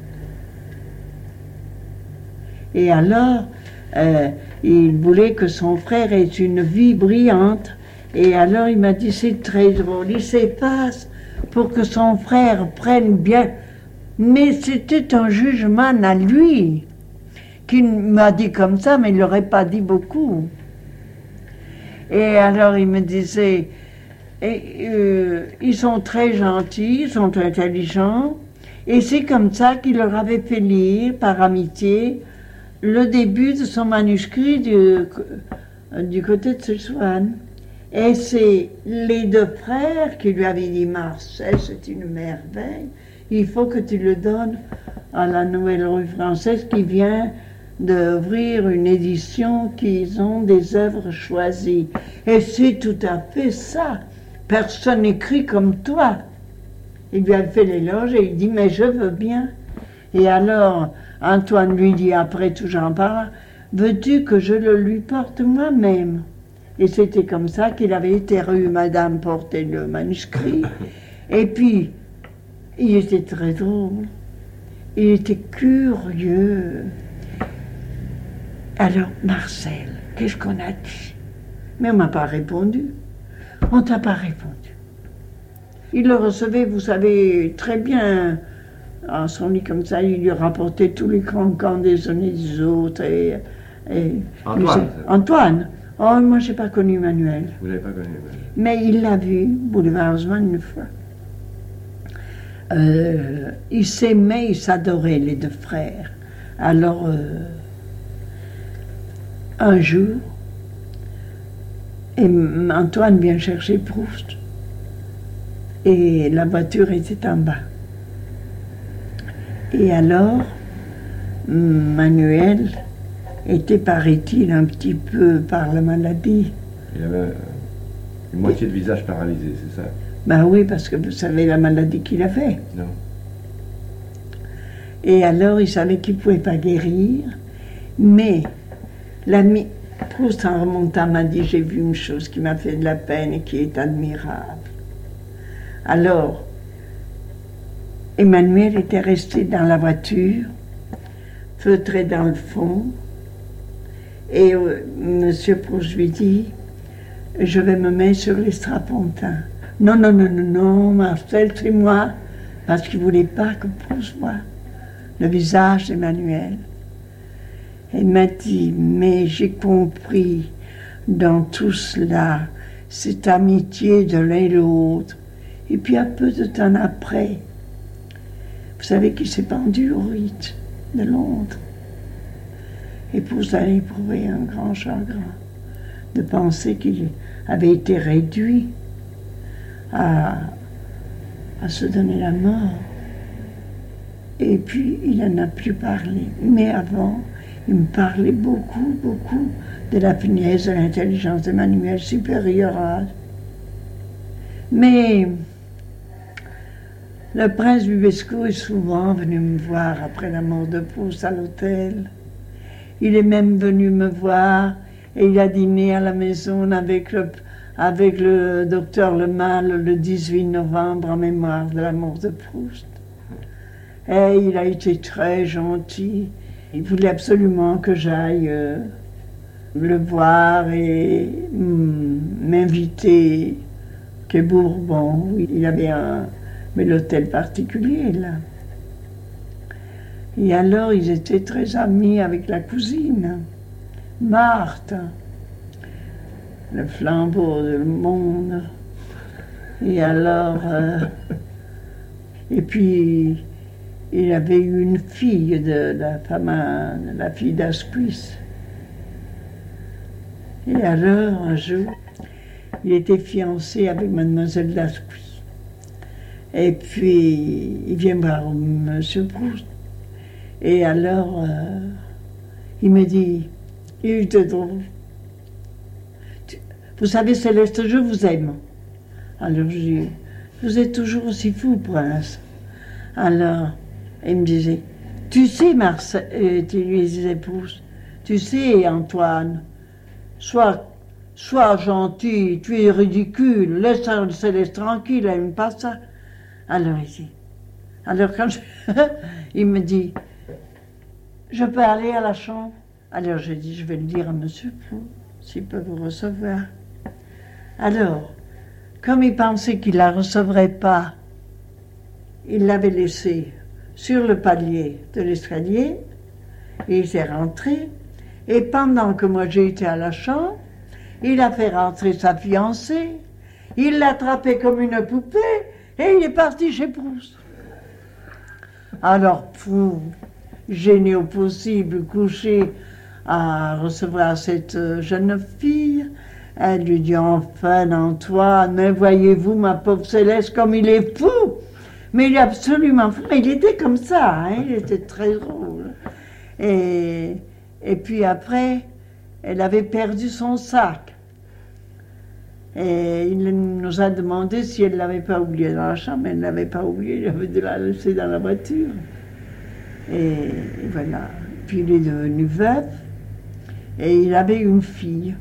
Speaker 1: Et alors, il voulait que son frère ait une vie brillante. Et alors il m'a dit, c'est très drôle, il s'efface pour que son frère prenne bien. Mais c'était un jugement à lui, qui m'a dit comme ça, mais il ne l'aurait pas dit beaucoup. Et alors il me disait, ils sont très gentils, ils sont intelligents, et c'est comme ça qu'il leur avait fait lire, par amitié, le début de son manuscrit du côté de Szechuan. Et c'est les deux frères qui lui avaient dit, Marcel, c'est une merveille, il faut que tu le donnes à la Nouvelle Revue Française qui vient d'ouvrir une édition qui ont des œuvres choisies. Et c'est tout à fait ça. Personne n'écrit comme toi. Il lui a fait l'éloge et il dit, mais je veux bien. Et alors, Antoine lui dit, après tout j'en parle, veux-tu que je le lui porte moi-même? Et c'était comme ça qu'il avait été rue Madame porter le manuscrit. Et puis, il était très drôle. Il était curieux. Alors, Marcel, qu'est-ce qu'on a dit? Mais on ne m'a pas répondu. On ne t'a pas répondu. Il le recevait, vous savez, très bien. En son lit comme ça, il lui rapportait tous les cancans des uns et des autres.
Speaker 3: Antoine.
Speaker 1: Antoine. Oh, moi, je n'ai pas connu Emmanuel.
Speaker 3: Vous n'avez pas connu Emmanuel?
Speaker 1: Mais il l'a vu, bouleversement, une fois. Ils s'aimaient, ils s'adoraient, les deux frères. Alors, un jour, Antoine vient chercher Proust. Et la voiture était en bas. Et alors, Manuel était, paraît-il, un petit peu par la maladie.
Speaker 3: Il avait une moitié de visage paralysé, c'est ça?
Speaker 1: Ben oui, parce que vous savez la maladie qu'il avait.
Speaker 3: Non.
Speaker 1: Et alors, il savait qu'il ne pouvait pas guérir. Mais l'ami Proust, en remontant, m'a dit, j'ai vu une chose qui m'a fait de la peine et qui est admirable. Alors, Emmanuel était resté dans la voiture, feutré dans le fond, et M. Proust lui dit, je vais me mettre sur les strapontins. Non, non, non, non, non, Marcel, c'est moi, parce qu'il ne voulait pas que Proust voie le visage d'Emmanuel. Il m'a dit, mais j'ai compris dans tout cela, cette amitié de l'un et l'autre. Et puis un peu de temps après, vous savez qu'il s'est pendu au rite de Londres. Et Proust a éprouvé un grand chagrin de penser qu'il avait été réduit à se donner la mort. Et puis il n'en a plus parlé. Mais avant, Il me parlait beaucoup, beaucoup de la finesse, de l'intelligence d'Emmanuel supérieure à... Mais le prince Bibesco est souvent venu me voir après la mort de Proust à l'hôtel. Il est même venu me voir et il a dîné à la maison avec le docteur Lemal le 18 novembre en mémoire de la mort de Proust. Et il a été très gentil. Il voulait absolument que j'aille le voir et m'inviter quai Bourbon. Il avait l'hôtel particulier là. Et alors ils étaient très amis avec la cousine, Marthe, le flambeau du monde. Et alors, et puis il avait eu une fille de la fille d'Ascuis. Et alors un jour, il était fiancé avec mademoiselle d'Ascuis. Et puis il vient voir M. Proust. Et alors, il me dit, il était drôle. Vous savez, Céleste, je vous aime. Alors je dis, vous êtes toujours aussi fou, prince. Alors, il me disait, tu sais, Marcel, tu lui disais, Proust, tu sais, Antoine, sois gentil, tu es ridicule, laisse Céleste tranquille, elle n'aime pas ça. Alors il dit, alors quand il me dit, je peux aller à la chambre? Alors j'ai dit, je vais le dire à monsieur Proust, s'il peut vous recevoir. Alors, comme il pensait qu'il ne la recevrait pas, il l'avait laissée sur le palier de l'escalier, et il s'est rentré, et pendant que moi j'ai été à la chambre, il a fait rentrer sa fiancée, il l'a attrapée comme une poupée, et il est parti chez Proust. Alors, fou, gêné au possible, couché à recevoir cette jeune fille, elle lui dit, enfin, Antoine, mais voyez-vous, ma pauvre Céleste, comme il est fou. Mais il est absolument fou. Mais il était comme ça, hein, il était très drôle. Et puis après, elle avait perdu son sac. Et il nous a demandé si elle ne l'avait pas oublié dans la chambre. Elle ne l'avait pas oublié, il avait dû la laisser dans la voiture. Et voilà. Puis il est devenu veuf. Et il avait une fille.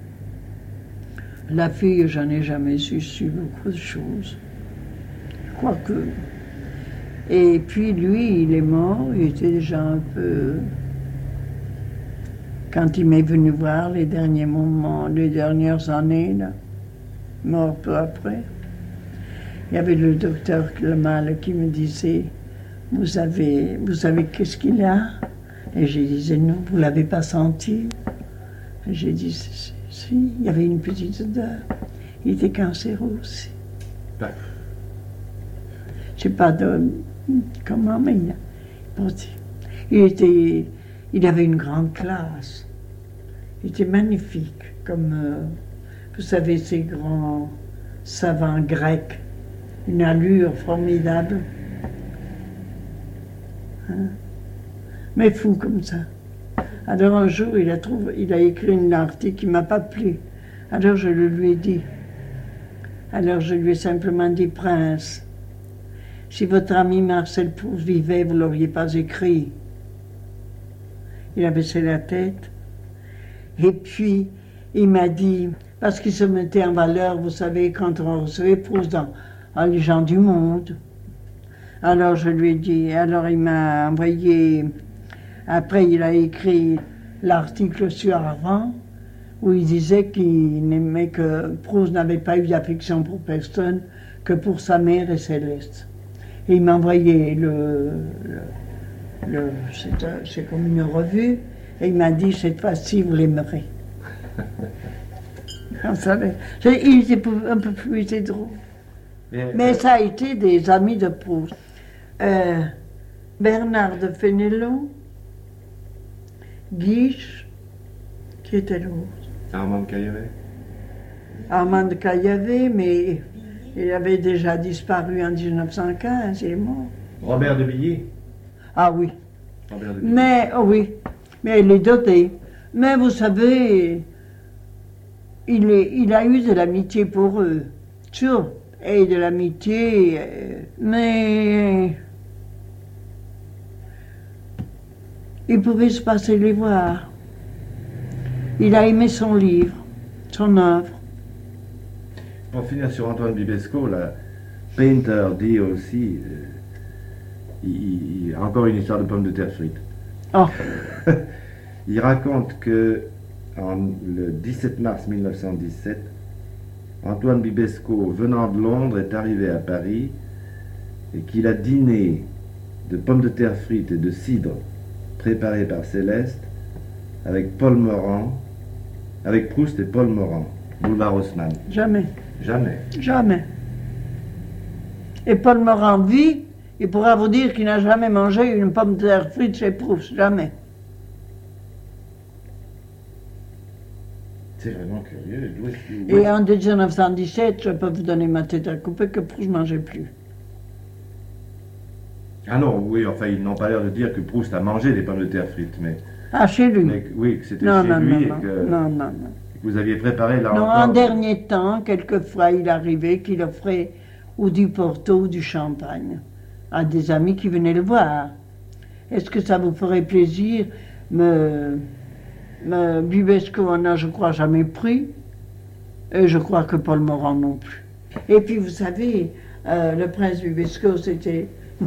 Speaker 1: La fille, j'en ai jamais su beaucoup de choses. Quoique. Et puis lui, il est mort, il était déjà un peu... Quand il m'est venu voir les derniers moments, les dernières années, là, mort peu après, il y avait le docteur Lemal qui me disait, vous savez qu'est-ce qu'il a? Et je disais, non, vous ne l'avez pas senti? Et j'ai dit, si, il y avait une petite odeur. Il était cancéreux aussi. Je ne sais pas comment, mais il avait une grande classe. Il était magnifique, comme, vous savez, ces grands savants grecs. Une allure formidable. Hein? Mais fou comme ça. Alors un jour, il a écrit un article qui ne m'a pas plu. Alors je le lui ai dit. Alors je lui ai simplement dit, Prince, si votre ami Marcel Proust vivait, vous ne l'auriez pas écrit. Il a baissé la tête. Et puis, il m'a dit, parce qu'il se mettait en valeur, vous savez, quand on recevait Proust dans Les gens du monde. Alors je lui ai dit, alors il m'a envoyé, après il a écrit l'article sur Arvan, où il disait qu'il n'aimait que Proust n'avait pas eu d'affection pour personne que pour sa mère et Céleste. Et il m'a envoyé c'est comme une revue, et il m'a dit, cette fois-ci, vous l'aimerez. Il était un peu plus, il était drôle. Mais ça a été des amis de Proust. Bernard de Fénelon, Guiche, qui était l'autre?
Speaker 3: Armand de Caillavet.
Speaker 1: Armand de Caillavet, mais il avait déjà disparu en 1915, il est mort.
Speaker 3: Robert de Billy.
Speaker 1: Ah oui.
Speaker 3: Robert de Billy.
Speaker 1: Mais, oh oui, Mais elle est dotée. Mais vous savez, il a eu de l'amitié pour eux, sûr, et de l'amitié, mais il pouvait se passer les voir. Il a aimé son livre, son œuvre.
Speaker 3: Pour finir sur Antoine Bibesco, la Painter dit aussi, il a encore une histoire de pommes de terre frites.
Speaker 1: Oh.
Speaker 3: Il raconte que le 17 mars 1917, Antoine Bibesco, venant de Londres, est arrivé à Paris et qu'il a dîné de pommes de terre frites et de cidre préparés par Céleste avec Paul Morand, avec Proust et Paul Morand, boulevard Haussmann.
Speaker 1: Jamais.
Speaker 3: Jamais.
Speaker 1: Jamais. Et Paul Morand vit, il pourra vous dire qu'il n'a jamais mangé une pomme de terre frite chez Proust. Jamais.
Speaker 3: C'est vraiment curieux.
Speaker 1: Et en 1917, je peux vous donner ma tête à couper que Proust ne mangeait plus.
Speaker 3: Ah non, oui, enfin, ils n'ont pas l'air de dire que Proust a mangé des pommes de terre frites, mais...
Speaker 1: Ah, chez lui.
Speaker 3: Mais, oui, que c'était
Speaker 1: non,
Speaker 3: chez
Speaker 1: non,
Speaker 3: lui
Speaker 1: non,
Speaker 3: et
Speaker 1: non,
Speaker 3: que...
Speaker 1: non.
Speaker 3: Que vous aviez préparé là
Speaker 1: non,
Speaker 3: encore.
Speaker 1: en dernier temps, quelquefois, il arrivait qu'il offrait ou du Porto ou du champagne à des amis qui venaient le voir. Est-ce que ça vous ferait plaisir? Bibesco en a, je crois, jamais pris. Et je crois que Paul Morand non plus. Et puis, vous savez, le prince Bibesco, c'était...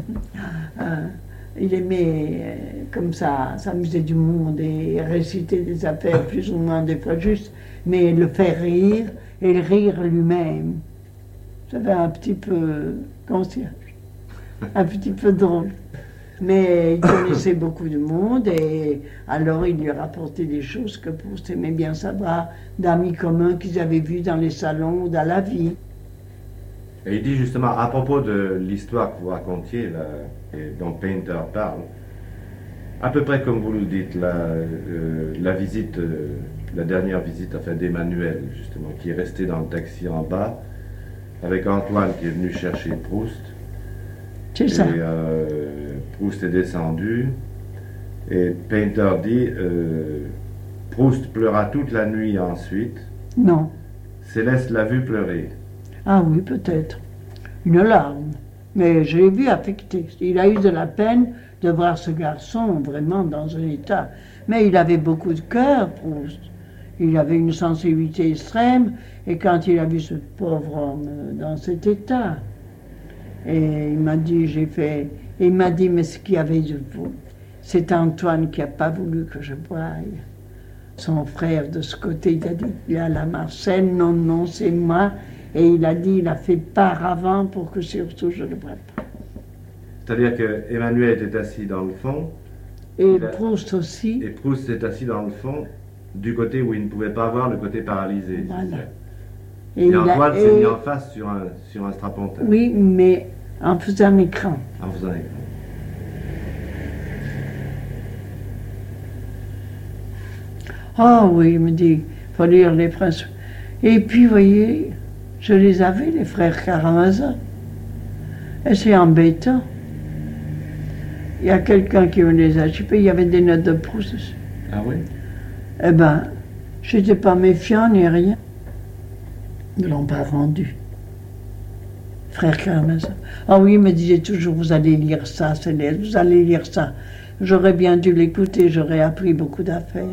Speaker 1: il aimait, comme ça, s'amuser du monde et réciter des affaires plus ou moins des fois justes, mais le faire rire et le rire lui-même. C'était un petit peu concierge, un petit peu drôle. Mais il connaissait beaucoup de monde et alors il lui rapportait des choses que Proust aimait bien savoir, d'amis communs qu'ils avaient vus dans les salons ou dans la vie.
Speaker 3: Et il dit justement, à propos de l'histoire que vous racontiez, là, et dont Painter parle, à peu près comme vous le dites, la visite, la dernière visite enfin, d'Emmanuel, justement, qui est resté dans le taxi en bas, avec Antoine qui est venu chercher Proust.
Speaker 1: C'est ça.
Speaker 3: Et Proust est descendu, et Painter dit, Proust pleura toute la nuit ensuite.
Speaker 1: Non.
Speaker 3: Céleste l'a vu pleurer.
Speaker 1: Ah oui, peut-être. Une larme. Mais je l'ai vu affecté. Il a eu de la peine de voir ce garçon vraiment dans un état. Mais il avait beaucoup de cœur, Proust. Il avait une sensibilité extrême. Et quand il a vu ce pauvre homme dans cet état, et il m'a dit, il m'a dit, mais ce qu'il y avait de vous, c'est Antoine qui n'a pas voulu que je boive. Son frère de ce côté, il a dit, il y a la Marcel, non, c'est moi. Et il a dit, il a fait part avant pour que surtout je ne le boive pas.
Speaker 3: C'est-à-dire que Emmanuel était assis dans le fond.
Speaker 1: Et Proust aussi.
Speaker 3: Et Proust est assis dans le fond, du côté où il ne pouvait pas voir le côté paralysé.
Speaker 1: Voilà.
Speaker 3: Et Antoine s'est mis en face sur un strapontin.
Speaker 1: Oui, mais en faisant un écran.
Speaker 3: En faisant un écran.
Speaker 1: Ah oui, il me dit, il faut lire les princes. Et puis, vous voyez, je les avais, les frères Karamazov. Et c'est embêtant. Il y a quelqu'un qui me les a chipés, il y avait des notes de Proust dessus.
Speaker 3: Ah oui?
Speaker 1: Eh ben, je n'étais pas méfiant ni rien. Ils ne l'ont pas rendu. Frère Karamazov. Ah oui, il me disait toujours, vous allez lire ça, Céleste, vous allez lire ça. J'aurais bien dû l'écouter, j'aurais appris beaucoup d'affaires.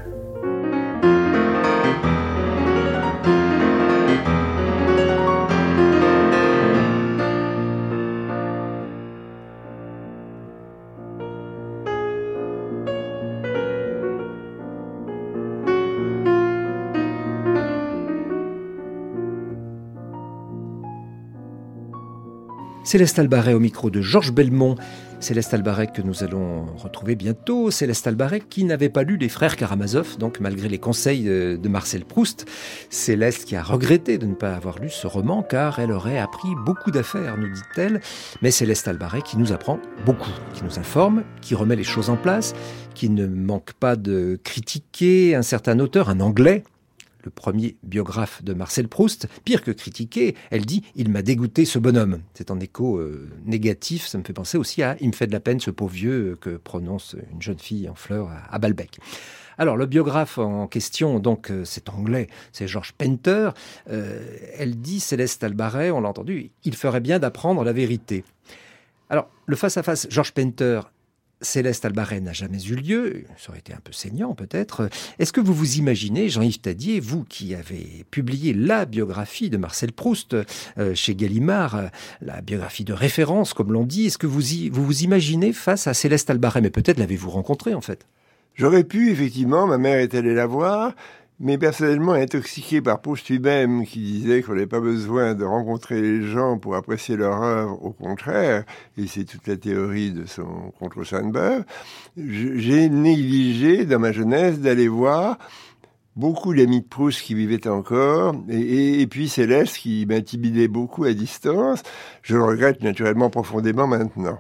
Speaker 2: Céleste Albaret au micro de Georges Belmont. Céleste Albaret que nous allons retrouver bientôt. Céleste Albaret qui n'avait pas lu Les Frères Karamazov, donc malgré les conseils de Marcel Proust. Céleste qui a regretté de ne pas avoir lu ce roman car elle aurait appris beaucoup d'affaires, nous dit-elle. Mais Céleste Albaret qui nous apprend beaucoup, qui nous informe, qui remet les choses en place, qui ne manque pas de critiquer un certain auteur, un Anglais, le premier biographe de Marcel Proust. Pire que critiquer, elle dit « Il m'a dégoûté ce bonhomme ». C'est en écho négatif, ça me fait penser aussi à « Il me fait de la peine ce pauvre vieux » que prononce une jeune fille en fleurs à Balbec. Alors, le biographe en question, donc, c'est anglais, c'est George Painter. Elle dit, Céleste Albaret, on l'a entendu, il ferait bien d'apprendre la vérité. Alors, le face-à-face George Painter, Céleste Albaret n'a jamais eu lieu, ça aurait été un peu saignant peut-être. Est-ce que vous vous imaginez, Jean-Yves Tadier, vous qui avez publié la biographie de Marcel Proust chez Gallimard, la biographie de référence comme l'on dit, est-ce que vous vous imaginez face à Céleste Albaret? Mais peut-être l'avez-vous rencontrée en fait.
Speaker 5: J'aurais pu, effectivement, ma mère est allée la voir, mais personnellement intoxiquée par Proust lui-même, qui disait qu'on n'avait pas besoin de rencontrer les gens pour apprécier leur œuvre, au contraire, et c'est toute la théorie de son Contre Sainte-Beuve, j'ai négligé dans ma jeunesse d'aller voir beaucoup d'amis de Proust qui vivaient encore, et puis Céleste qui m'intimidait beaucoup à distance. Je le regrette naturellement profondément maintenant.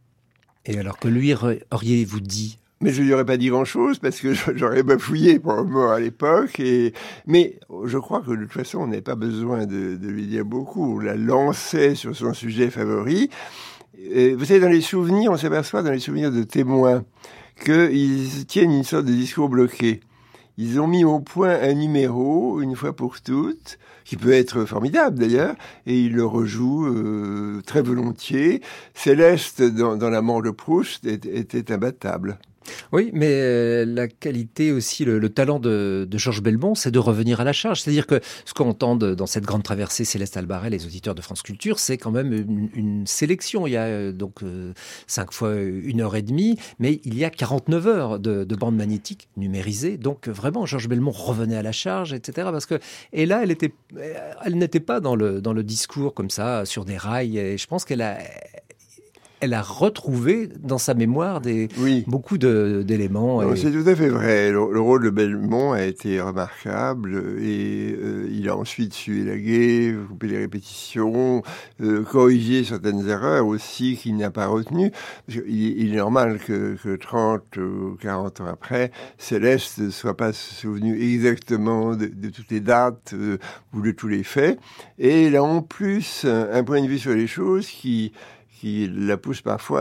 Speaker 2: Et alors que lui auriez-vous dit?
Speaker 5: Mais je lui aurais pas dit grand-chose parce que j'aurais bafouillé probablement à l'époque. Mais je crois que de toute façon, on n'avait pas besoin de lui dire beaucoup. On la lançait sur son sujet favori. Vous savez, dans les souvenirs, on s'aperçoit dans les souvenirs de témoins qu'ils tiennent une sorte de discours bloqué. Ils ont mis au point un numéro, une fois pour toutes, qui peut être formidable d'ailleurs, et ils le rejouent très volontiers. Céleste, dans La mort de Proust, était imbattable.
Speaker 2: Oui, mais la qualité aussi, le talent de Georges Belmont, c'est de revenir à la charge. C'est-à-dire que ce qu'on entend dans cette grande traversée Céleste Albaret, les auditeurs de France Culture, c'est quand même une sélection. Il y a donc 5 fois 1h30, mais il y a 49 heures de bande magnétique numérisée. Donc vraiment, Georges Belmont revenait à la charge, etc. Et là, elle n'était pas dans le discours comme ça, sur des rails. Et je pense qu'elle a retrouvé dans sa mémoire beaucoup d'éléments.
Speaker 5: Non, c'est tout à fait vrai. Le rôle de Belmont a été remarquable et il a ensuite su élaguer, couper les répétitions, corriger certaines erreurs aussi qu'il n'a pas retenues. Il est normal que 30 ou 40 ans après, Céleste ne soit pas souvenu exactement de toutes les dates ou de tous les faits. Et il a en plus un point de vue sur les choses qui la pousse parfois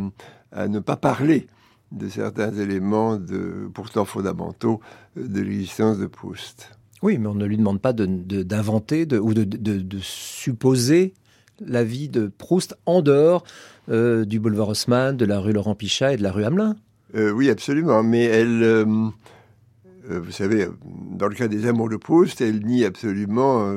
Speaker 5: à ne pas parler de certains éléments pourtant fondamentaux de l'existence de Proust.
Speaker 2: Oui, mais on ne lui demande pas d'inventer ou de supposer la vie de Proust en dehors du boulevard Haussmann, de la rue Laurent Pichat et de la rue Hamelin.
Speaker 5: Oui, absolument, mais elle... vous savez, dans le cas des Amours de Proust, elle nie absolument...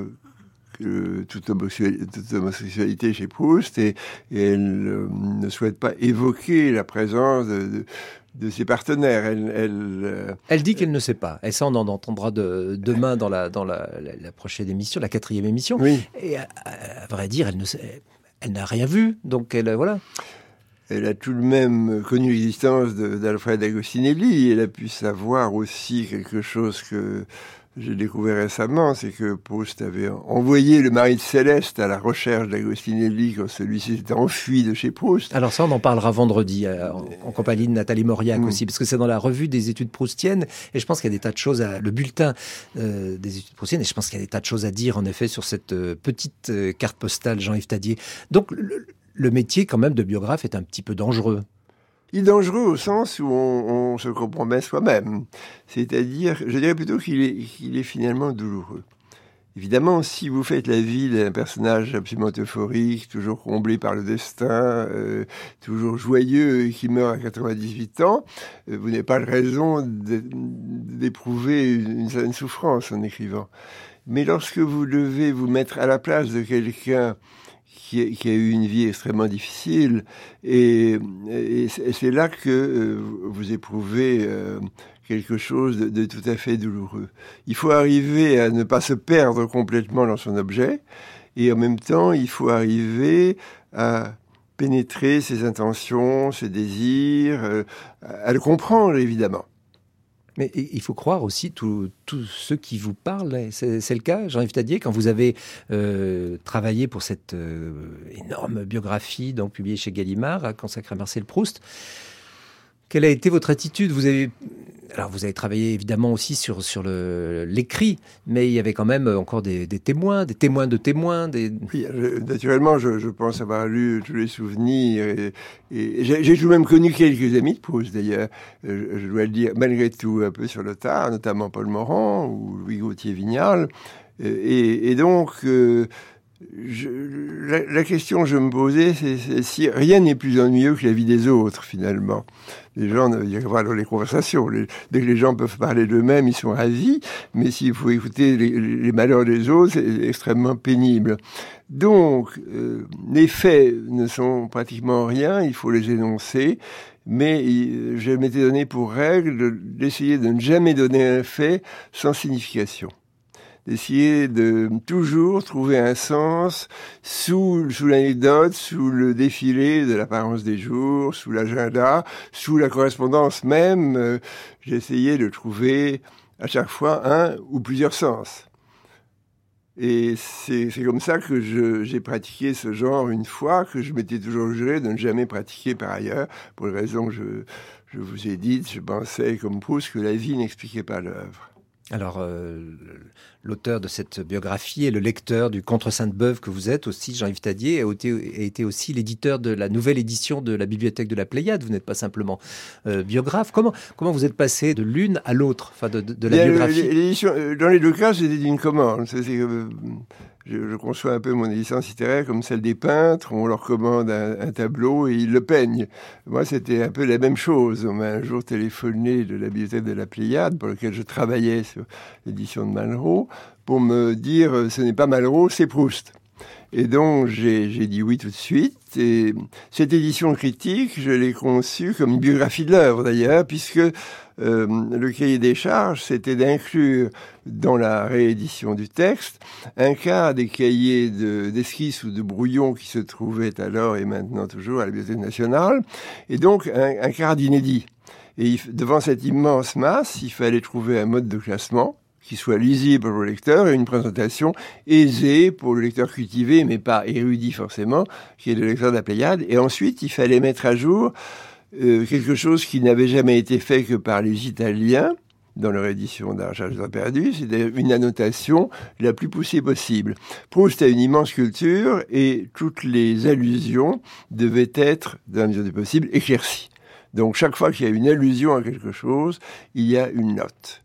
Speaker 5: toute homosexualité chez Proust et elle ne souhaite pas évoquer la présence de ses partenaires.
Speaker 2: Elle dit qu'elle ne sait pas. Et ça, on en entendra demain dans la prochaine émission, la 4e émission.
Speaker 5: Oui.
Speaker 2: Et à vrai dire, elle n'a rien vu. Donc, voilà.
Speaker 5: Elle a tout de même connu l'existence d'Alfred Agostinelli. Elle a pu savoir aussi quelque chose que j'ai découvert récemment, c'est que Proust avait envoyé le mari de Céleste à la recherche d'Agostinelli quand celui-ci s'était enfui de chez Proust.
Speaker 2: Alors ça, on en parlera vendredi en compagnie de Nathalie Mauriac aussi, parce que c'est dans la revue des études proustiennes, et je pense qu'il y a des tas de choses, le bulletin des études proustiennes, et je pense qu'il y a des tas de choses à dire en effet sur cette petite carte postale Jean-Yves Tadier. Donc le métier quand même de biographe est un petit peu dangereux.
Speaker 5: Il est dangereux au sens où on se compromet soi-même. C'est-à-dire, je dirais plutôt qu'il est finalement douloureux. Évidemment, si vous faites la vie d'un personnage absolument euphorique, toujours comblé par le destin, toujours joyeux et qui meurt à 98 ans, vous n'avez pas de raison d'éprouver une certaine souffrance en écrivant. Mais lorsque vous devez vous mettre à la place de quelqu'un qui a eu une vie extrêmement difficile, et c'est là que vous éprouvez quelque chose de tout à fait douloureux. Il faut arriver à ne pas se perdre complètement dans son objet, et en même temps, il faut arriver à pénétrer ses intentions, ses désirs, à le comprendre, évidemment.
Speaker 2: Mais il faut croire aussi tous ceux qui vous parlent. C'est le cas, Jean-Yves Tadier, quand vous avez travaillé pour cette énorme biographie donc publiée chez Gallimard, consacrée à Marcel Proust. Quelle a été votre attitude ? Vous avez Alors vous avez travaillé évidemment aussi sur l'écrit, mais il y avait quand même encore des témoins de témoins.
Speaker 5: Oui, naturellement, je pense avoir lu tous les souvenirs et j'ai tout de même connu quelques amis de Proust d'ailleurs. Je dois le dire, malgré tout, un peu sur le tard, notamment Paul Morand ou Louis Gauthier-Vignal. Et donc, la question que je me posais, c'est si rien n'est plus ennuyeux que la vie des autres, finalement. Les gens, il y a dans les conversations, dès que les gens peuvent parler d'eux-mêmes, ils sont ravis, mais s'il faut écouter les malheurs des autres, c'est extrêmement pénible. Donc, les faits ne sont pratiquement rien, il faut les énoncer, mais je m'étais donné pour règle d'essayer de ne jamais donner un fait sans signification. D'essayer de toujours trouver un sens sous l'anecdote, sous le défilé de l'apparence des jours, sous l'agenda, sous la correspondance même. J'ai essayé de trouver à chaque fois un ou plusieurs sens. Et c'est comme ça que j'ai pratiqué ce genre une fois, que je m'étais toujours juré de ne jamais pratiquer par ailleurs, pour les raisons que je vous ai dites. Je pensais, comme Proust, que la vie n'expliquait pas l'œuvre.
Speaker 2: Alors, l'auteur de cette biographie et le lecteur du Contre Sainte-Beuve que vous êtes aussi, Jean-Yves Tadier, a été aussi l'éditeur de la nouvelle édition de la Bibliothèque de la Pléiade. Vous n'êtes pas simplement biographe. Comment vous êtes passé de l'une à l'autre, enfin de la biographie?
Speaker 5: L'édition, dans les deux cas, c'était une commande. Je conçois un peu mon licence littéraire comme celle des peintres. On leur commande un tableau et ils le peignent. Moi, c'était un peu la même chose. On m'a un jour téléphoné de la Bibliothèque de la Pléiade, pour laquelle je travaillais sur l'édition de Malraux, pour me dire ce n'est pas Malraux, c'est Proust. Et donc, j'ai dit oui tout de suite. Et cette édition critique, je l'ai conçue comme une biographie de l'œuvre, d'ailleurs, puisque le cahier des charges, c'était d'inclure dans la réédition du texte un quart des cahiers d'esquisses ou de brouillons qui se trouvaient alors et maintenant toujours à la Bibliothèque nationale, et donc un quart d'inédit. Et devant cette immense masse, il fallait trouver un mode de classement qui soit lisible pour le lecteur et une présentation aisée pour le lecteur cultivé, mais pas érudit forcément, qui est le lecteur de la Pléiade. Et ensuite, il fallait mettre à jour quelque chose qui n'avait jamais été fait que par les Italiens, dans leur édition d'Un recherche du temps perdu, c'était une annotation la plus poussée possible. Proust a une immense culture et toutes les allusions devaient être, dans la mesure du possible, éclaircies. Donc chaque fois qu'il y a une allusion à quelque chose, il y a une note.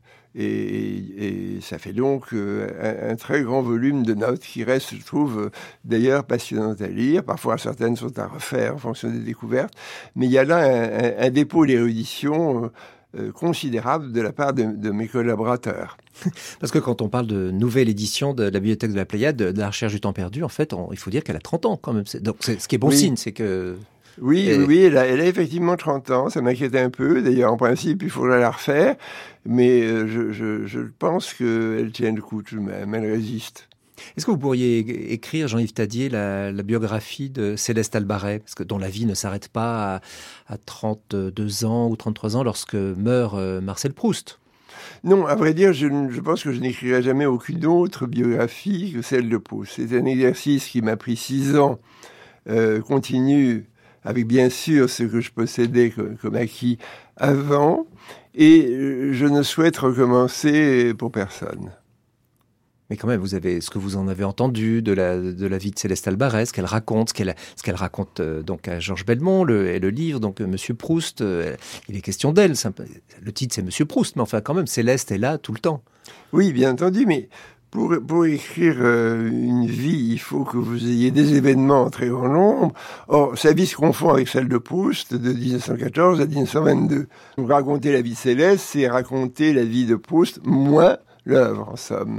Speaker 5: Et ça fait donc un très grand volume de notes qui restent, je trouve, d'ailleurs passionnantes à lire. Parfois, certaines sont à refaire en fonction des découvertes. Mais il y a là un dépôt d'érudition considérable de la part de mes collaborateurs.
Speaker 2: Parce que quand on parle de nouvelle édition de la Bibliothèque de la Pléiade, de la recherche du temps perdu, en fait, il faut dire qu'elle a 30 ans quand même. Donc, ce qui est bon signe, c'est que...
Speaker 5: Oui, elle a effectivement 30 ans, ça m'inquiète un peu. D'ailleurs, en principe, il faudrait la refaire, mais je pense qu'elle tient le coup tout de même, elle résiste.
Speaker 2: Est-ce que vous pourriez écrire, Jean-Yves Tadier, la biographie de Céleste Albaret, dont la vie ne s'arrête pas à 32 ans ou 33 ans lorsque meurt Marcel Proust?
Speaker 5: Non, à vrai dire, je pense que je n'écrirai jamais aucune autre biographie que celle de Proust. C'est un exercice qui m'a pris 6 ans, continu, avec bien sûr ce que je possédais comme acquis avant, et je ne souhaite recommencer pour personne.
Speaker 2: Mais quand même, vous avez ce que vous en avez entendu de la vie de Céleste Albaret, ce qu'elle raconte, ce qu'elle raconte donc à Georges Belmont, le livre, donc Monsieur Proust, il est question d'elle. Le titre c'est Monsieur Proust, mais enfin quand même, Céleste est là tout le temps. Oui,
Speaker 5: bien entendu, mais pour écrire une vie, il faut que vous ayez des événements en très grand nombre. Or, sa vie se confond avec celle de Proust de 1914 à 1922. Donc, raconter la vie de Céleste, c'est raconter la vie de Proust, moins l'œuvre, en somme.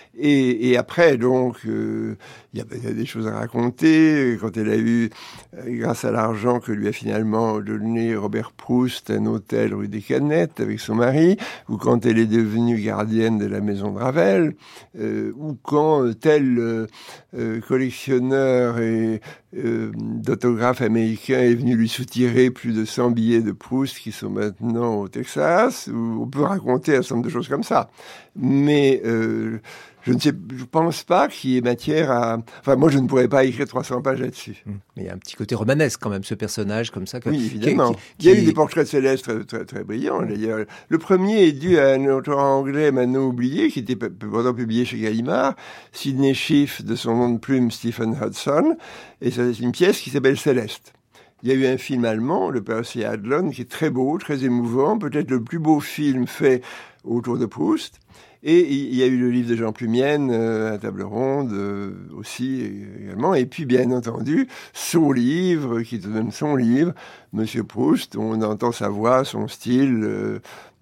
Speaker 5: Et après, donc, il y a des choses à raconter. Quand elle a eu, grâce à l'argent que lui a finalement donné Robert Proust, un hôtel rue des Canettes avec son mari, ou quand elle est devenue gardienne de la maison de Ravel, ou quand tel collectionneur d'autographes américains est venu lui soutirer plus de 100 billets de Proust qui sont maintenant au Texas, où on peut raconter un certain nombre de choses comme ça. Mais Je pense pas qu'il y ait matière à... Enfin, moi, je ne pourrais pas écrire 300 pages là-dessus.
Speaker 2: Mais il y a un petit côté romanesque quand même, ce personnage comme ça.
Speaker 5: Oui, évidemment. Il y a eu des portraits de Céleste très, très, très brillants. D'ailleurs, le premier est dû à un auteur anglais maintenant oublié, qui était pourtant publié chez Gallimard, Sidney Schiff, de son nom de plume Stephen Hudson, et c'est une pièce qui s'appelle Céleste. Il y a eu un film allemand, le Percy Adlon, qui est très beau, très émouvant, peut-être le plus beau film fait autour de Proust. Et il y a eu le livre de Jean Plumienne, à table ronde, aussi également. Et puis, bien entendu, son livre, qui est tout de même son livre, Monsieur Proust. On entend sa voix, son style,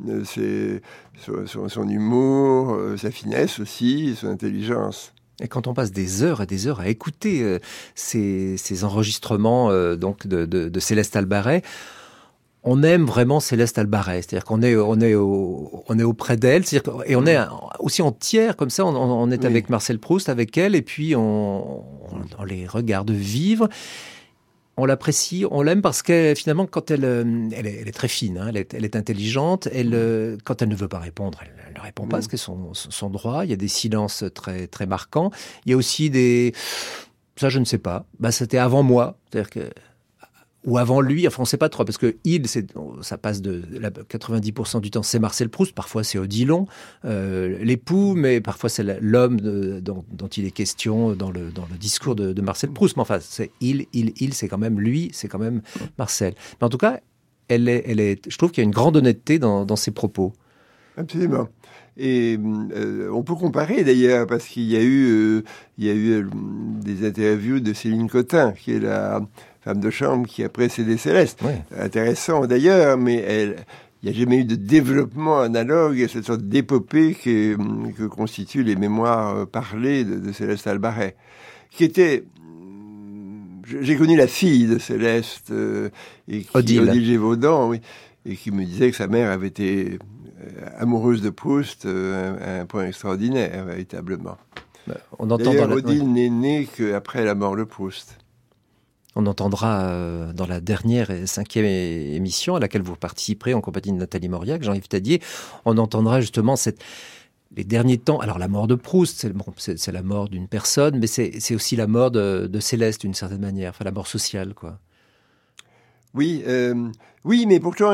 Speaker 5: son humour, sa finesse aussi, son intelligence.
Speaker 2: Et quand on passe des heures et des heures à écouter ces enregistrements donc de Céleste Albaret, on aime vraiment Céleste Albaret, c'est-à-dire qu'on est auprès d'elle, et on est aussi en tiers comme ça, on est avec Marcel Proust, avec elle, et puis on les regarde vivre. On l'apprécie, on l'aime parce que finalement, quand elle est très fine, hein, elle est intelligente. Quand elle ne veut pas répondre, elle ne répond pas, parce que c'est son droit. Il y a des silences très très marquants. Il y a aussi ça je ne sais pas. C'était avant moi, c'est-à-dire que ou avant lui, enfin on ne sait pas trop, parce que ça passe de 90% du temps, c'est Marcel Proust, parfois c'est Odilon, l'époux, mais parfois c'est l'homme dont il est question dans le discours de Marcel Proust. Mais enfin, c'est c'est quand même lui, c'est quand même Marcel. Mais en tout cas, je trouve qu'il y a une grande honnêteté dans ses propos.
Speaker 5: Absolument. Et on peut comparer d'ailleurs, parce qu'il y a eu des interviews de Céline Cotin, qui est la femme de chambre qui a précédé Céleste. Oui. Intéressant d'ailleurs, mais il n'y a jamais eu de développement analogue à cette sorte d'épopée que constituent les mémoires parlées de Céleste Albaret, qui était... J'ai connu la fille de Céleste, Odile Gévaudan, oui, et qui me disait que sa mère avait été amoureuse de Proust à un point extraordinaire, véritablement.
Speaker 2: On entend
Speaker 5: d'ailleurs, Odile n'est née qu'après la mort de Proust.
Speaker 2: On entendra dans la dernière et 5e émission à laquelle vous participerez en compagnie de Nathalie Mauriac, Jean-Yves Tadier, on entendra justement les derniers temps. Alors la mort de Proust, c'est la mort d'une personne, mais c'est aussi la mort de Céleste d'une certaine manière, enfin la mort sociale, quoi.
Speaker 5: Oui, mais pourtant,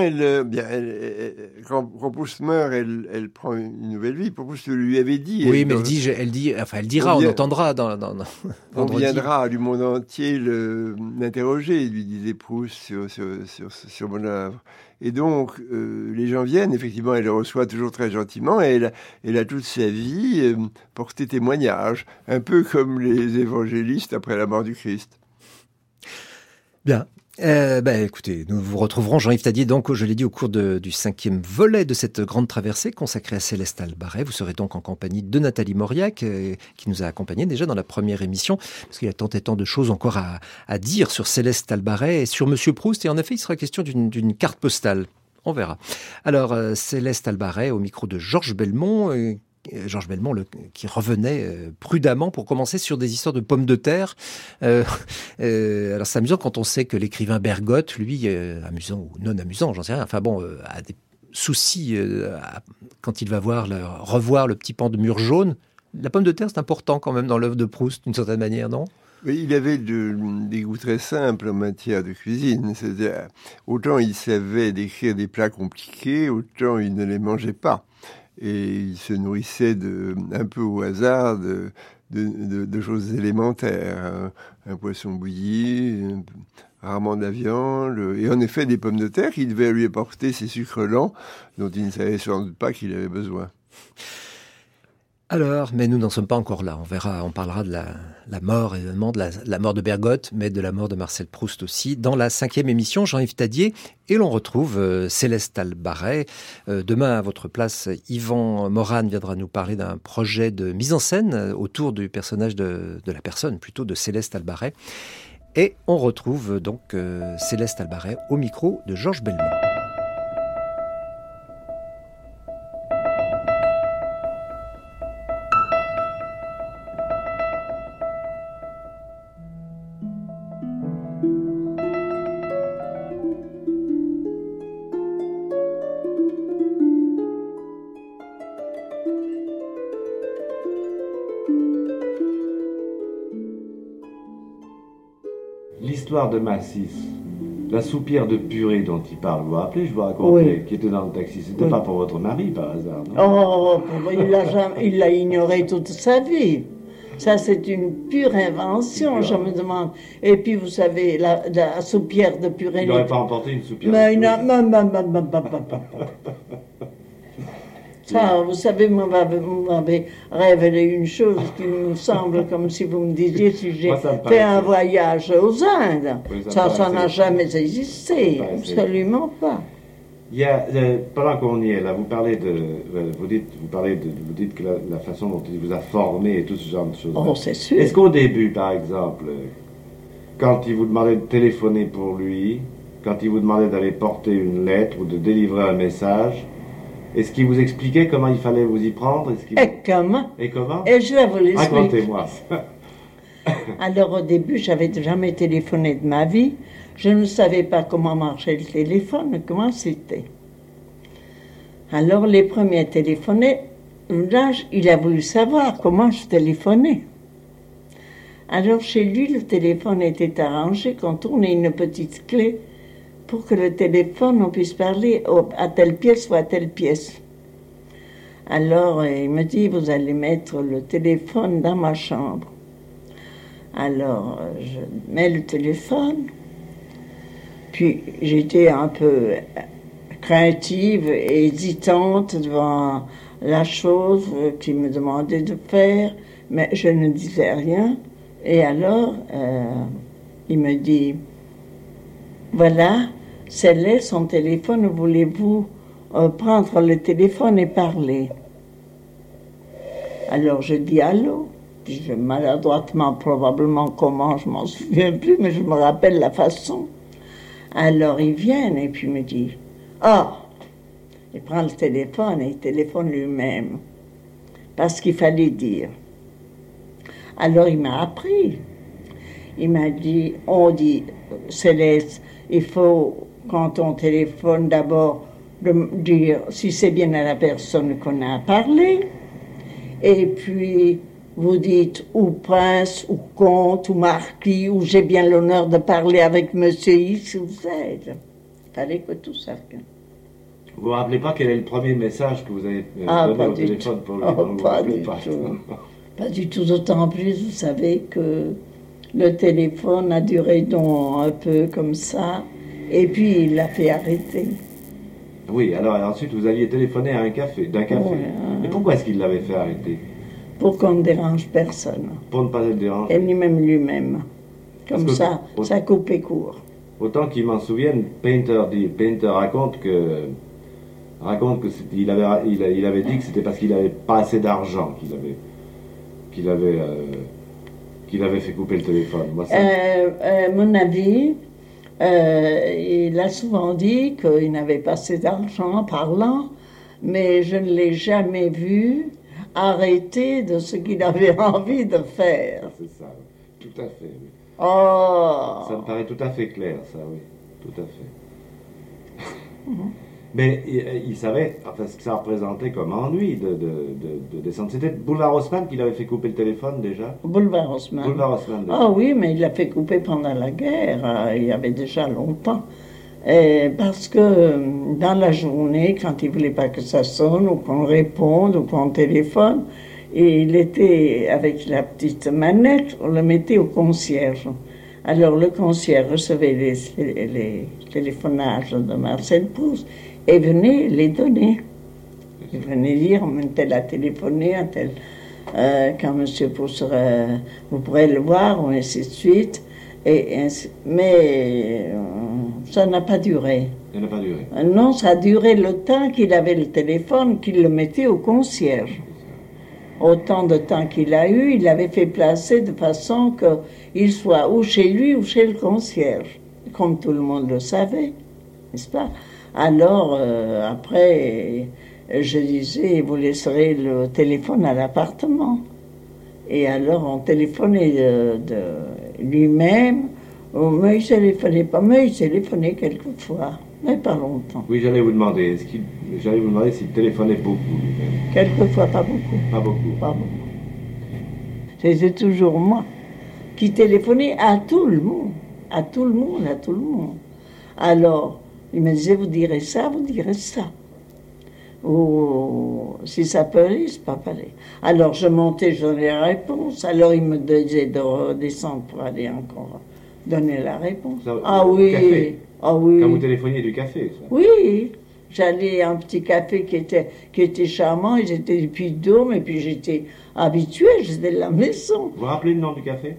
Speaker 5: quand Proust meurt, elle prend une nouvelle vie. Proust lui avait dit.
Speaker 2: Oui, mais elle dira, on entendra
Speaker 5: on viendra du monde entier l'interroger, lui disait Proust sur mon œuvre. Et donc, les gens viennent, effectivement, elle le reçoit toujours très gentiment, et elle a toute sa vie porté témoignage, un peu comme les évangélistes après la mort du Christ.
Speaker 2: Bien. Écoutez, nous vous retrouverons, Jean-Yves Tadier, donc, je l'ai dit, au cours du 5e volet de cette grande traversée consacrée à Céleste Albaret. Vous serez donc en compagnie de Nathalie Mauriac, qui nous a accompagnés déjà dans la première émission, parce qu'il y a tant et tant de choses encore à dire sur Céleste Albaret et sur Monsieur Proust. Et en effet, il sera question d'une carte postale. On verra. Alors, Céleste Albaret, au micro de Georges Belmont, qui revenait prudemment pour commencer sur des histoires de pommes de terre. Alors c'est amusant quand on sait que l'écrivain Bergotte, lui, amusant ou non amusant, j'en sais rien, enfin bon, a des soucis quand il va revoir le petit pan de mur jaune. La pomme de terre, c'est important quand même dans l'œuvre de Proust, d'une certaine manière, non ?
Speaker 5: Oui, il avait des goûts très simples en matière de cuisine. C'est-à-dire, autant il savait décrire des plats compliqués, autant il ne les mangeait pas. Et il se nourrissait un peu au hasard de choses élémentaires. Un poisson bouilli, rarement de la viande, et en effet des pommes de terre qui devaient lui apporter ces sucres lents dont il ne savait sans doute pas qu'il avait besoin.
Speaker 2: Alors, mais nous n'en sommes pas encore là. On parlera de la mort, évidemment, de la mort de Bergotte, mais de la mort de Marcel Proust aussi, dans la 5e émission, Jean-Yves Tadier. Et l'on retrouve Céleste Albaret. Demain, à votre place, Yvan Morane viendra nous parler d'un projet de mise en scène autour du personnage de la personne, plutôt de Céleste Albaret. Et on retrouve donc Céleste Albaret au micro de Georges Belmont.
Speaker 3: l'histoire de Massis, la soupière de purée dont il parle, vous vous rappelez, je vous racontais,
Speaker 1: Oui.
Speaker 3: qui était dans le taxi, c'était
Speaker 1: Oui.
Speaker 3: pas pour votre mari par hasard, non?
Speaker 1: Oh, il l'a ignoré toute sa vie. Ça, c'est une pure invention, je me demande. Et puis, vous savez, la soupière de purée...
Speaker 3: Il n'aurait pas emporté une soupière
Speaker 1: Mais
Speaker 3: de
Speaker 1: non,
Speaker 3: purée.
Speaker 1: Ça, vous savez, vous m'avez révélé une chose qui me semble comme si vous me disiez si j'ai
Speaker 3: Moi, ça me
Speaker 1: fait
Speaker 3: paraissait.
Speaker 1: un voyage aux Indes.
Speaker 3: Oui,
Speaker 1: ça
Speaker 3: me paraissait.
Speaker 1: n'a jamais existé,
Speaker 3: Ça me paraissait.
Speaker 1: absolument pas.
Speaker 3: Il y a, pendant qu'on y est, là, vous parlez de, vous dites que la façon dont il vous a formé et tout ce genre de choses.
Speaker 1: Oh, c'est sûr.
Speaker 3: Est-ce qu'au début, par exemple, quand il vous demandait de téléphoner pour lui, quand il vous demandait d'aller porter une lettre ou de délivrer un message, est-ce qu'il vous expliquait comment il fallait vous y prendre?
Speaker 1: Et comment?
Speaker 3: Et comment?
Speaker 1: Et je vais vous l'expliquer.
Speaker 3: Racontez-moi.
Speaker 1: Alors au début, j'avais jamais téléphoné de ma vie. Je ne savais pas comment marchait le téléphone, comment c'était. Alors les premiers téléphonaient, là, il a voulu savoir comment je téléphonais. Alors chez lui, le téléphone était arrangé qu'on tournait une petite clé pour que le téléphone, on puisse parler à telle pièce ou à telle pièce. Alors il me dit, vous allez mettre le téléphone dans ma chambre. Alors, je mets le téléphone, puis j'étais un peu craintive et hésitante devant la chose qu'il me demandait de faire, mais je ne disais rien. Et alors, il me dit, voilà, c'est son téléphone, voulez-vous prendre le téléphone et parler? Alors je dis allô. Je maladroitement, probablement comment, je m'en souviens plus, mais je me rappelle la façon. Alors ils viennent et puis il me dit, il prend le téléphone et il téléphone lui-même, parce qu'il fallait dire. Alors il m'a appris. Il m'a dit, on dit, Céleste, il faut, quand on téléphone, d'abord dire si c'est bien à la personne qu'on a parlé, et puis vous dites ou prince, ou comte, ou marquis, ou j'ai bien l'honneur de parler avec monsieur X ou Z. Il fallait que tout ça vienne.
Speaker 3: Vous vous rappelez pas quel est le premier message que vous avez donné au téléphone pour lui?
Speaker 1: Pas du tout. Pas du tout, d'autant plus, vous savez que le téléphone a duré donc un peu comme ça, et puis il l'a fait arrêter.
Speaker 3: Oui, alors ensuite vous alliez téléphoner à d'un café.
Speaker 1: Ouais,
Speaker 3: Et pourquoi est-ce qu'il l'avait fait arrêter?
Speaker 1: Pour qu'on ne dérange personne,
Speaker 3: Pour ne pas le déranger.
Speaker 1: et ni même lui-même. Comme
Speaker 3: Parce que-
Speaker 1: ça, ça coupait court.
Speaker 3: Autant qu'il m'en souvienne, Painter raconte que il avait dit que c'était parce qu'il n'avait pas assez d'argent qu'il avait fait couper le téléphone. Moi, ça-
Speaker 1: Mon avis, il a souvent dit qu'il n'avait pas assez d'argent en parlant, mais je ne l'ai jamais vu arrêter de ce qu'il avait envie de faire.
Speaker 3: c'est ça, tout à fait. Oui.
Speaker 1: Oh!
Speaker 3: Ça me paraît tout à fait clair, ça, oui, tout à fait. Mais il savait enfin, ce que ça représentait comme ennui de descendre. C'était Boulevard Haussmann qui l'avait fait couper le téléphone déjà.
Speaker 1: Boulevard Haussmann.
Speaker 3: Boulevard Haussmann. déjà.
Speaker 1: Ah oui, mais il l'a fait couper pendant la guerre, il y avait déjà longtemps. Parce que dans la journée, quand il ne voulait pas que ça sonne, ou qu'on réponde, ou qu'on téléphone, et il était avec la petite manette, on le mettait au concierge. Alors le concierge recevait les téléphonages de Marcel Proust et venait les donner. Il venait dire, un tel a téléphoné, un tel... quand M. Proust, vous pourrez le voir, ou ainsi de suite. Mais ça n'a pas duré.
Speaker 3: Il n'a pas duré.
Speaker 1: Non, ça a duré le temps qu'il avait le téléphone, qu'il le mettait au concierge. Autant de temps qu'il a eu, il l'avait fait placer de façon qu'il soit ou chez lui ou chez le concierge, comme tout le monde le savait, n'est-ce pas? Alors, après, je disais, vous laisserez le téléphone à l'appartement. Et alors, on téléphonait de lui-même, mais il ne téléphonait pas, mais il téléphonait quelquefois, mais pas longtemps.
Speaker 3: Oui, j'allais vous demander s'il téléphonait beaucoup lui-même.
Speaker 1: Quelquefois, pas beaucoup.
Speaker 3: Pas beaucoup.
Speaker 1: Pas beaucoup. C'était toujours moi qui téléphonais à tout le monde. à tout le monde, à tout le monde. Alors, il me disait, vous direz ça, vous direz ça. Ou si ça peut aller, c'est pas aller. Alors, je montais, je donnais la réponse. Alors, il me disait de redescendre pour aller encore donner la réponse.
Speaker 3: Ça,
Speaker 1: Ah
Speaker 3: au
Speaker 1: oui,
Speaker 3: café.
Speaker 1: ah oui.
Speaker 3: Quand vous téléphoniez du café, ça.
Speaker 1: Oui, j'allais à un petit café qui était charmant, et j'étais du Puy-de-Dôme, et puis j'étais habituée, j'étais de la maison.
Speaker 3: Vous vous rappelez le nom du café?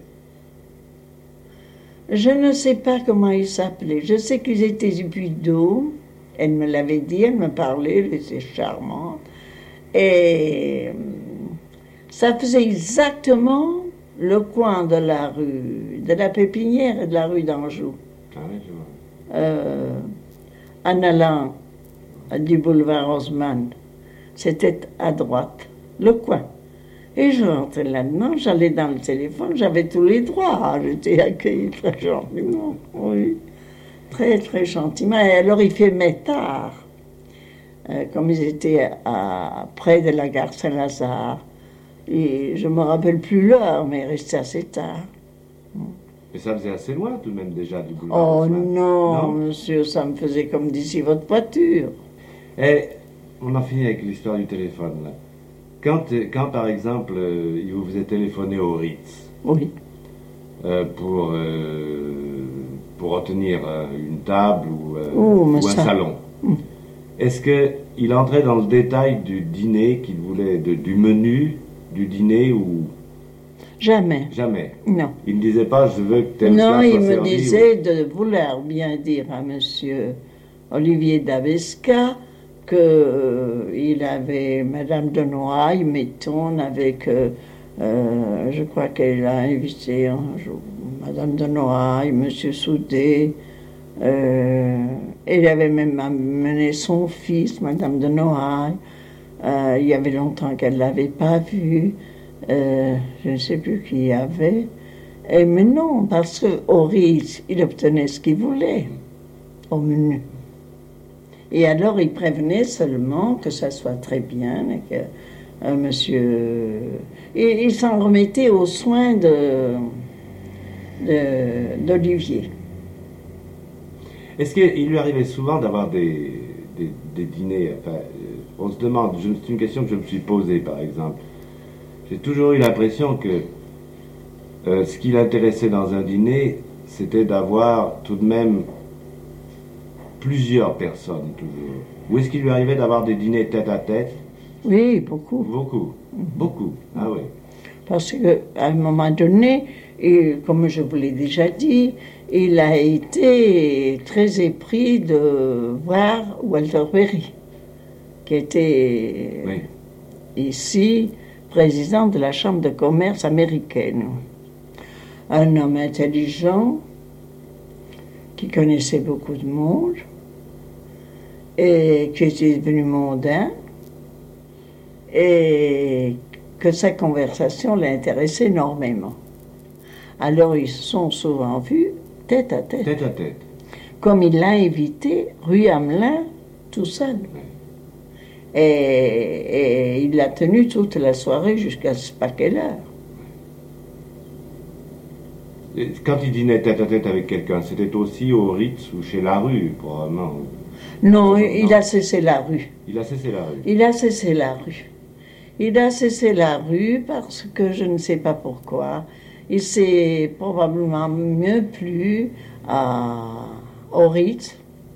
Speaker 1: Je ne sais pas comment ils s'appelaient. Je sais qu'ils étaient du Puy-de-Dôme. Elle me l'avait dit, elle me parlait, elle était charmante. Et ça faisait exactement le coin de la rue, de la Pépinière et de la rue d'Anjou.
Speaker 3: Ah oui, je vois.
Speaker 1: En allant du boulevard Haussmann, c'était à droite, le coin. Et je rentrais là-dedans, j'allais dans le téléphone, j'avais tous les droits. J'étais accueillie très gentiment, oui. Très, très gentiment. Et alors, il fait tard. Comme ils étaient près de la gare Saint-Lazare. Et je ne me rappelle plus l'heure, mais il restait assez tard.
Speaker 3: Mais ça faisait assez loin tout de même déjà du boulevard.
Speaker 1: Oh
Speaker 3: Haussmann.
Speaker 1: non, monsieur, ça me faisait comme d'ici votre voiture.
Speaker 3: Et on en finit avec l'histoire du téléphone, là. Quand par exemple, il vous faisait téléphoner au Ritz
Speaker 1: Oui.
Speaker 3: pour retenir une table
Speaker 1: Oh,
Speaker 3: ou un
Speaker 1: ça.
Speaker 3: salon, est-ce qu'il entrait dans le détail du dîner qu'il voulait, du menu du dîner ou
Speaker 1: Jamais.
Speaker 3: jamais?
Speaker 1: Non.
Speaker 3: Il ne disait pas je veux que tel
Speaker 1: Non,
Speaker 3: plat
Speaker 1: il
Speaker 3: soit
Speaker 1: me
Speaker 3: servi
Speaker 1: disait de vouloir bien dire à monsieur Olivier d'Avesca qu'il avait Madame de Noailles, mettons, avec, je crois qu'elle a invité un jour Madame de Noailles, monsieur Soudet, il avait même amené son fils, Madame de Noailles. Il y avait longtemps qu'elle ne l'avait pas vu. Je ne sais plus qui y avait. Mais non, parce qu'au Ritz, il obtenait ce qu'il voulait au menu. Et alors, il prévenait seulement que ça soit très bien, et que monsieur... Et il s'en remettait aux soins d'Olivier.
Speaker 3: Est-ce qu'il lui arrivait souvent d'avoir des dîners, enfin, on se demande, c'est une question que je me suis posée par exemple. J'ai toujours eu l'impression que ce qui l'intéressait dans un dîner, c'était d'avoir tout de même plusieurs personnes toujours. Ou est-ce qu'il lui arrivait d'avoir des dîners tête à tête?
Speaker 1: Oui, beaucoup.
Speaker 3: Beaucoup, beaucoup, ah oui.
Speaker 1: Parce qu'à un moment donné, et comme je vous l'ai déjà dit, il a été très épris de voir Walter Berry, qui était
Speaker 3: Oui.
Speaker 1: ici président de la Chambre de commerce américaine. Un homme intelligent, qui connaissait beaucoup de monde, et qui était devenu mondain, et que sa conversation l'intéressait énormément. Alors ils se sont souvent vus tête à tête.
Speaker 3: Tête à tête.
Speaker 1: Comme il l'a invité, rue Hamelin, tout seul. Et il l'a tenu toute la soirée jusqu'à je ne sais pas quelle heure.
Speaker 3: Et quand il dînait tête à tête avec quelqu'un, c'était aussi au Ritz ou chez Larue, probablement.
Speaker 1: Non, il a cessé la rue.
Speaker 3: Il a cessé la rue.
Speaker 1: Il a cessé la rue. Il a cessé la rue parce que je ne sais pas pourquoi. Il s'est probablement mieux plu au Ritz.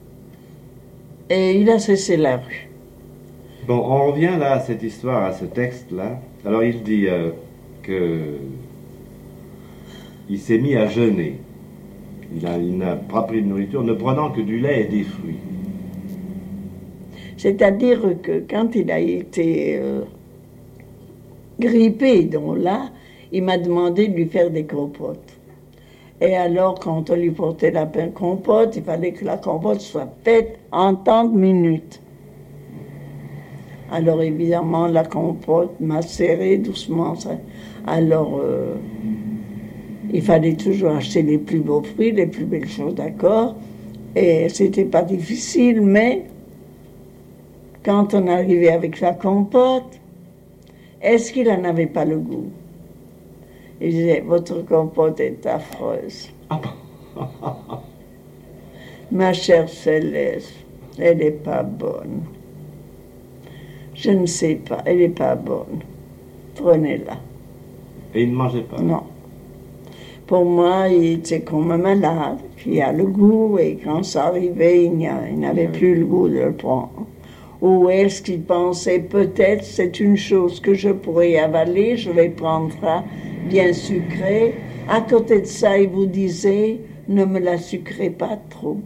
Speaker 1: Et il a cessé la rue.
Speaker 3: Bon, on revient là à cette histoire, à ce texte-là. Alors il dit que il s'est mis à jeûner. Il n'a pas pris de nourriture, ne prenant que du lait et des fruits.
Speaker 1: C'est-à-dire que quand il a été grippé, donc là, il m'a demandé de lui faire des compotes. Et alors, quand on lui portait la compote, il fallait que la compote soit faite en tant de minutes. Alors, évidemment, la compote macérait doucement. Ça. Alors, il fallait toujours acheter les plus beaux fruits, les plus belles choses, d'accord. Et c'était pas difficile, mais quand on arrivait avec la compote, est-ce qu'il n'en avait pas le goût? Il disait, votre compote est affreuse.
Speaker 3: Ah bon?
Speaker 1: Ma chère Céleste, elle n'est pas bonne. Je ne sais pas, elle n'est pas bonne. Prenez-la.
Speaker 3: Et il ne mangeait pas?
Speaker 1: Non. Pour moi, il était comme un malade qui a le goût et quand ça arrivait, il n'avait plus le goût de le prendre. Ou est-ce qu'il pensait peut-être c'est une chose que je pourrais avaler, je vais prendre ça bien sucré. À côté de ça, il vous disait ne me la sucrez pas trop.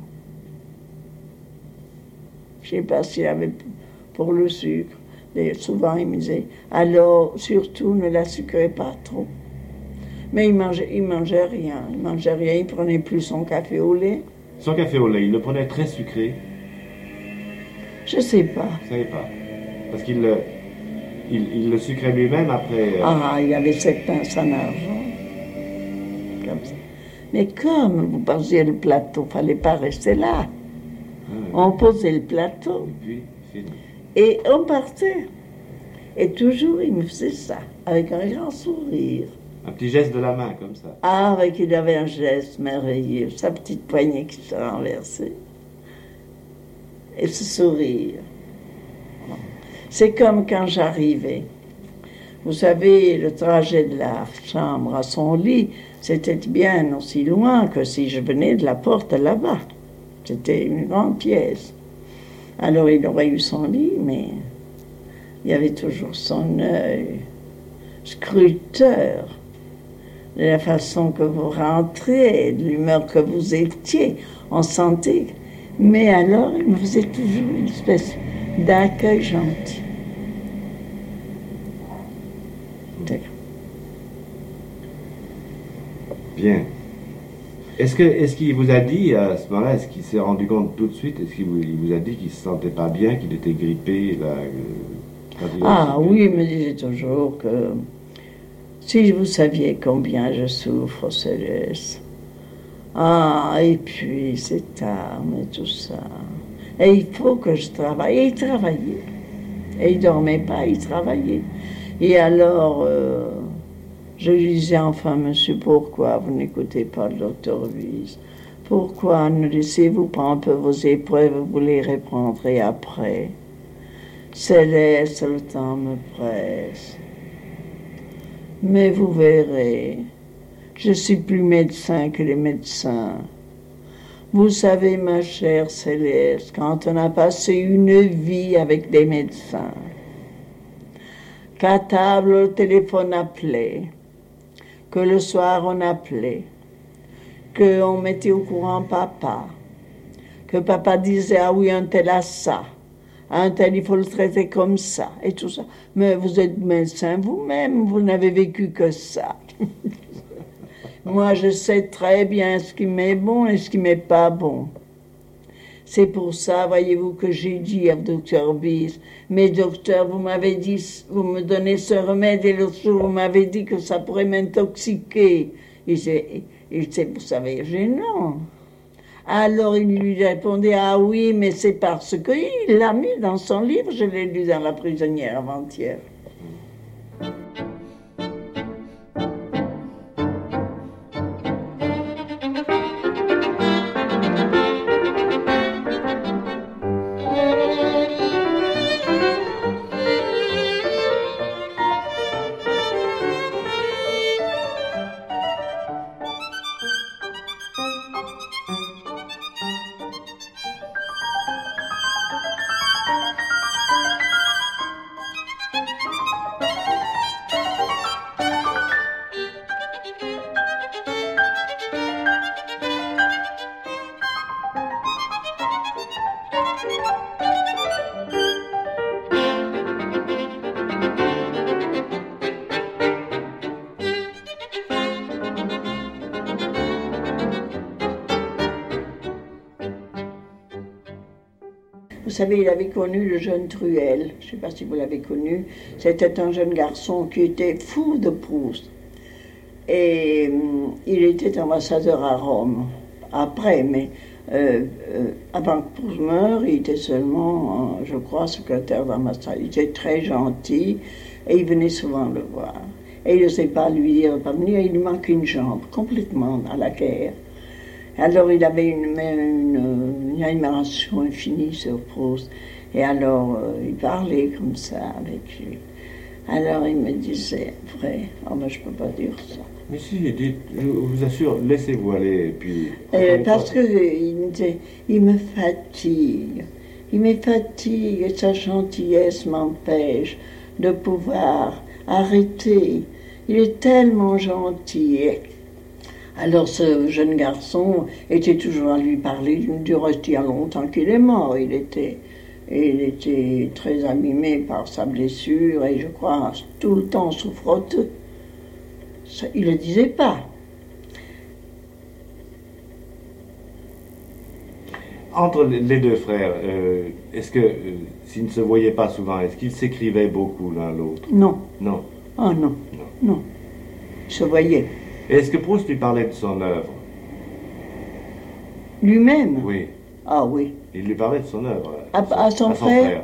Speaker 1: Je ne sais pas s'il avait pour le sucre. Et souvent, il me disait alors surtout ne la sucrez pas trop. Mais il mangeait rien. Il mangeait rien. Il prenait plus son café au lait.
Speaker 3: Son café au lait, il le prenait très sucré?
Speaker 1: Je sais pas.
Speaker 3: Vous savez pas? Parce qu'il le sucrait lui-même après.
Speaker 1: Il avait cette pince en argent. Comme ça. Mais comme vous posiez le plateau, il fallait pas rester là. On posait le plateau.
Speaker 3: Et puis, fini.
Speaker 1: Et on partait. Et toujours, il me faisait ça, avec un grand sourire.
Speaker 3: Un petit geste de la main, comme ça.
Speaker 1: Il avait un geste merveilleux, sa petite poignée qui se renversait. Et ce sourire. C'est comme quand j'arrivais. Vous savez, le trajet de la chambre à son lit, c'était bien aussi loin que si je venais de la porte là-bas. C'était une grande pièce. Alors il aurait eu son lit, mais il y avait toujours son œil scruteur de la façon que vous rentriez, de l'humeur que vous étiez. On sentait. Mais alors, il me faisait toujours une espèce d'accueil gentil.
Speaker 3: Bien. Est-ce qu'il vous a dit à ce moment-là, est-ce qu'il s'est rendu compte tout de suite, est-ce qu'il vous a dit qu'il ne se sentait pas bien, qu'il était grippé là,
Speaker 1: oui, il me disait toujours que si vous saviez combien je souffre, Céleste. Et puis c'est tard, mais tout ça. Et il faut que je travaille. Et il travaillait. Et il ne dormait pas, il travaillait. Et alors, je lui disais enfin, monsieur, pourquoi vous n'écoutez pas le docteur Wyss? Pourquoi ne laissez-vous pas un peu vos épreuves, vous les reprendrez après? Céleste, le temps me presse. Mais vous verrez, je suis plus médecin que les médecins. Vous savez, ma chère Céleste, quand on a passé une vie avec des médecins, qu'à table le téléphone appelait, que le soir on appelait, qu'on mettait au courant papa, que papa disait ah oui, un tel a ça, un tel il faut le traiter comme ça, et tout ça. Mais vous êtes médecin vous-même, vous n'avez vécu que ça. Moi je sais très bien ce qui m'est bon et ce qui m'est pas bon. C'est pour ça, voyez-vous, que j'ai dit au docteur Wyss, mais docteur, vous m'avez dit, vous me donnez ce remède et l'autre jour, vous m'avez dit que ça pourrait m'intoxiquer. Et c'est, vous savez, gênant. Alors il lui répondait, ah oui, mais c'est parce qu'il l'a mis dans son livre, je l'ai lu dans La prisonnière avant-hier. Vous savez, il avait connu le jeune Truel. Je ne sais pas si vous l'avez connu. C'était un jeune garçon qui était fou de Proust. Et il était ambassadeur à Rome. Après, mais avant que Proust meure, il était seulement, je crois, secrétaire d'ambassade. Il était très gentil et il venait souvent le voir. Et il n'osait pas lui dire de pas venir. Il lui manque une jambe, complètement à la guerre. Alors il avait une admiration infinie sur Proust. Et alors il parlait comme ça avec lui. Alors il me disait, vrai, oh, mais je ne peux pas dire ça.
Speaker 3: Mais si, dites, je vous assure, laissez-vous aller. Et puis,
Speaker 1: Parce qu'il me disait, il me fatigue. Il me fatigue et sa gentillesse m'empêche de pouvoir arrêter. Il est tellement gentil. Alors ce jeune garçon était toujours à lui parler du reste il y a longtemps qu'il est mort. Il était très abîmé par sa blessure et je crois tout le temps souffroteux. Il ne le disait pas.
Speaker 3: Entre les deux frères, est-ce que, s'ils ne se voyaient pas souvent, est-ce qu'ils s'écrivaient beaucoup l'un l'autre?
Speaker 1: Non.
Speaker 3: Non.
Speaker 1: Oh non. Non. Ils se voyaient.
Speaker 3: Et est-ce que Proust lui parlait de son œuvre?
Speaker 1: Lui-même?
Speaker 3: Oui.
Speaker 1: Ah oui.
Speaker 3: Il lui parlait de son œuvre.
Speaker 1: À son frère?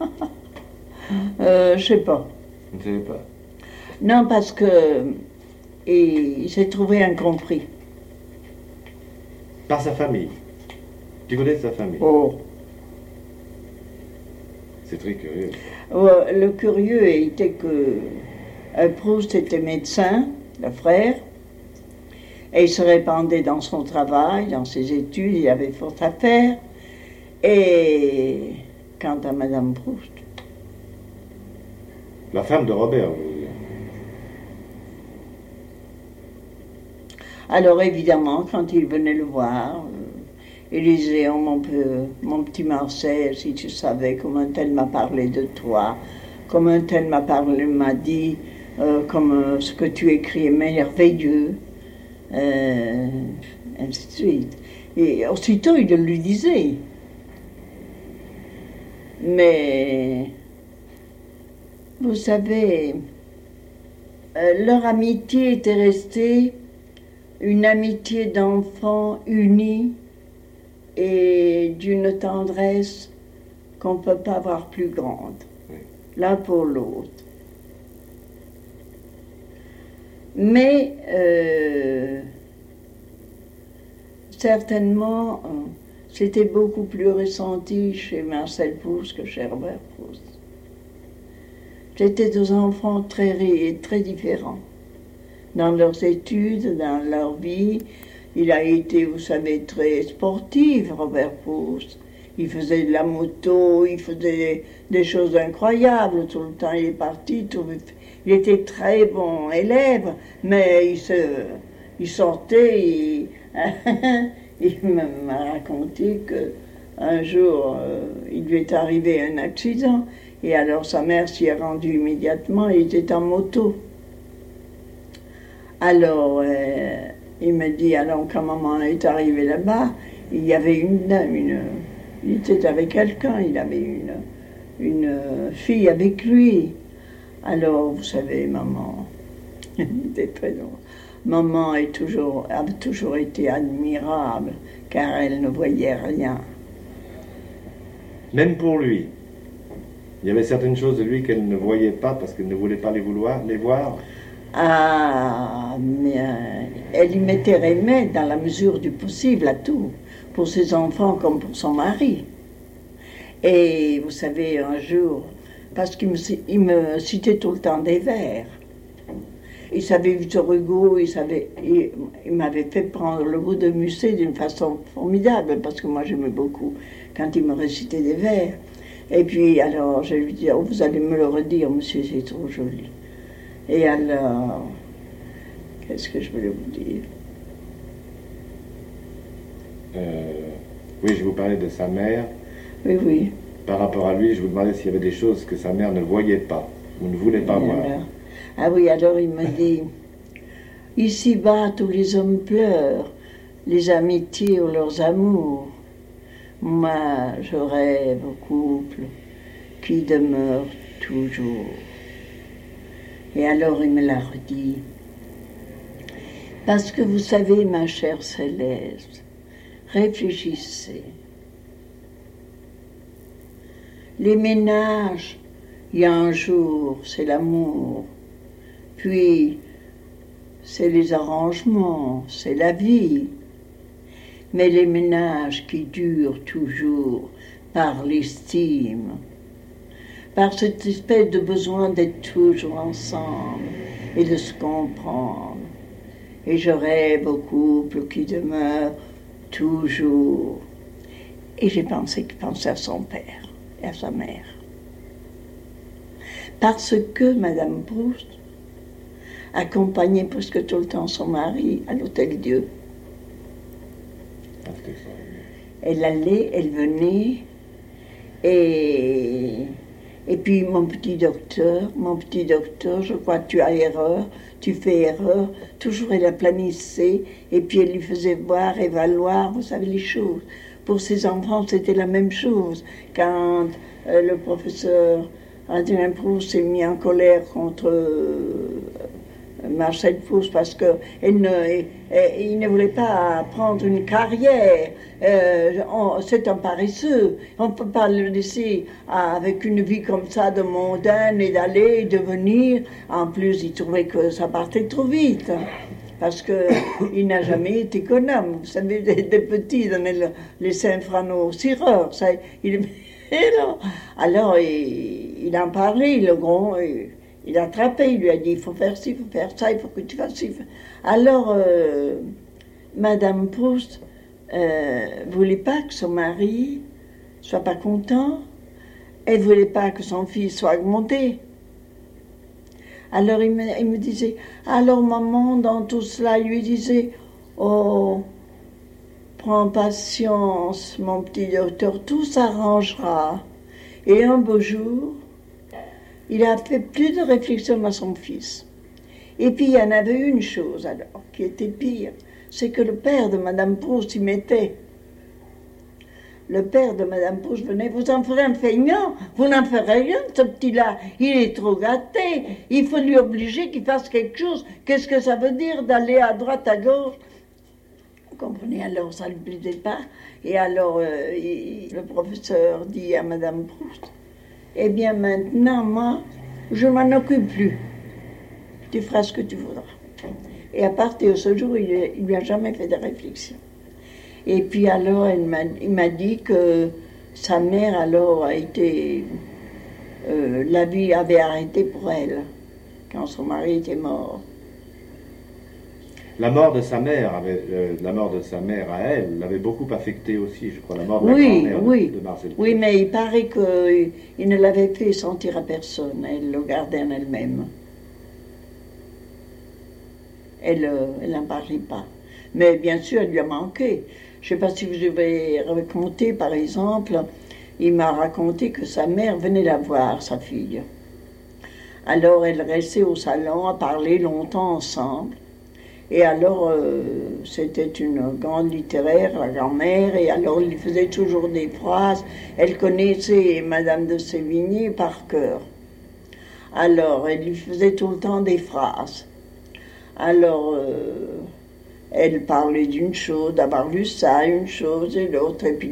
Speaker 1: Je sais pas.
Speaker 3: Vous ne savez pas?
Speaker 1: Non, parce que il s'est trouvé incompris.
Speaker 3: Par sa famille. Tu connais sa famille?
Speaker 1: Oh.
Speaker 3: C'est très curieux.
Speaker 1: Le curieux était que Proust était médecin, le frère, et il se répandait dans son travail, dans ses études, il avait fort à faire. Et quant à Madame Proust...
Speaker 3: La femme de Robert, vous voulez dire.
Speaker 1: Alors évidemment, quand il venait le voir, il disait, oh, mon petit Marcel, si tu savais comme un tel m'a parlé de toi, comme un tel m'a dit, comme ce que tu écris est merveilleux, ainsi de suite. Et aussitôt, il le lui disait. Mais, vous savez, leur amitié était restée une amitié d'enfants unis et d'une tendresse qu'on ne peut pas avoir plus grande, l'un pour l'autre. Mais certainement, c'était beaucoup plus ressenti chez Marcel Proust que chez Robert Proust. C'était deux enfants très différents dans leurs études, dans leur vie. Il a été, vous savez, très sportif, Robert Proust. Il faisait de la moto, il faisait des choses incroyables tout le temps. Il est parti, il était très bon élève, mais il sortait, il m'a raconté qu'un jour, il lui est arrivé un accident, et alors sa mère s'y est rendue immédiatement, il était en moto. Alors, il me dit, alors quand maman est arrivée là-bas, il y avait il était avec quelqu'un, il avait une fille avec lui. Alors, vous savez, maman, c'était très drôle. Maman a toujours été admirable, car elle ne voyait rien.
Speaker 3: Même pour lui. Il y avait certaines choses de lui qu'elle ne voyait pas parce qu'elle ne voulait pas les voir.
Speaker 1: Ah, mais elle y mettait remède dans la mesure du possible à tout, pour ses enfants comme pour son mari. Et vous savez, un jour, parce qu'il me citait tout le temps des vers, il savait Victor Hugo, il m'avait fait prendre le goût de Musset d'une façon formidable, parce que moi j'aimais beaucoup quand il me récitait des vers. Et puis alors je lui dis, oh, vous allez me le redire, monsieur, c'est trop joli. Et alors, qu'est-ce que je voulais vous dire?
Speaker 3: Oui, je vous parlais de sa mère.
Speaker 1: Oui, oui.
Speaker 3: Par rapport à lui, je vous demandais s'il y avait des choses que sa mère ne voyait pas ou ne voulait pas voir.
Speaker 1: Ah oui, alors il me dit, ici-bas, tous les hommes pleurent, les amitiés ou leurs amours. Moi, je rêve au couple qui demeure toujours. Et alors il me l'a redit. Parce que vous savez, ma chère Céleste, réfléchissez. Les ménages, il y a un jour, c'est l'amour. Puis, c'est les arrangements, c'est la vie. Mais les ménages qui durent toujours par l'estime, par cette espèce de besoin d'être toujours ensemble et de se comprendre. Et je rêve au couple qui demeure toujours. Et j'ai pensé qu'il pensait à son père et à sa mère. Parce que Madame Proust accompagnait presque tout le temps son mari à l'Hôtel-Dieu. Elle allait, elle venait, et puis mon petit docteur, je crois que tu as erreur, tu fais erreur, toujours elle la planissait, et puis elle lui faisait voir et valoir, vous savez, les choses. Pour ses enfants, c'était la même chose. Quand le professeur Adrien Proust s'est mis en colère contre Marcel Proust parce qu'il ne voulait pas prendre une carrière. C'est un paresseux. On ne peut pas le laisser avec une vie comme ça de mondaine et d'aller et de venir. En plus, il trouvait que ça partait trop vite. Parce qu'il n'a jamais été économe. Vous savez, des petits donnaient les 5 francs aux cireurs. Alors, il en parlait, le grand. Il a attrapé, il lui a dit, il faut faire ci, il faut faire ça, il faut que tu fasses ci. Alors, Madame Proust voulait pas que son mari soit pas content. Elle voulait pas que son fils soit augmenté. Alors, il me disait, alors maman, dans tout cela, il lui disait, oh, prends patience, mon petit docteur, tout s'arrangera. Et un beau jour, il a fait plus de réflexion à son fils. Et puis il y en avait une chose alors, qui était pire, c'est que le père de Madame Proust y mettait. Le père de Madame Proust venait, vous en ferez un feignant, vous n'en ferez rien, ce petit-là, il est trop gâté, il faut lui obliger qu'il fasse quelque chose. Qu'est-ce que ça veut dire d'aller à droite, à gauche? Vous comprenez, alors ça ne lui plaisait pas. Et alors le professeur dit à Madame Proust, eh bien maintenant, moi, je ne m'en occupe plus. Tu feras ce que tu voudras. Et à partir de ce jour, il ne lui a jamais fait de réflexion. Et puis alors, il m'a dit que sa mère alors a été... la vie avait arrêté pour elle, quand son mari était mort.
Speaker 3: La mort de sa mère à elle l'avait beaucoup affectée aussi, je crois, la mort de la grand-mère de Marcel Proust.
Speaker 1: Oui, mais il paraît qu'il ne l'avait fait sentir à personne, elle le gardait en elle-même. Elle n'en parlait pas. Mais bien sûr, elle lui a manqué. Je ne sais pas si vous avez raconté, par exemple, il m'a raconté que sa mère venait la voir, sa fille. Alors elle restait au salon à parler longtemps ensemble. Et alors, c'était une grande littéraire, la grand-mère, et alors il faisait toujours des phrases. Elle connaissait Madame de Sévigné par cœur. Alors, elle lui faisait tout le temps des phrases. Alors, elle parlait d'une chose, d'avoir lu ça, une chose et l'autre, et puis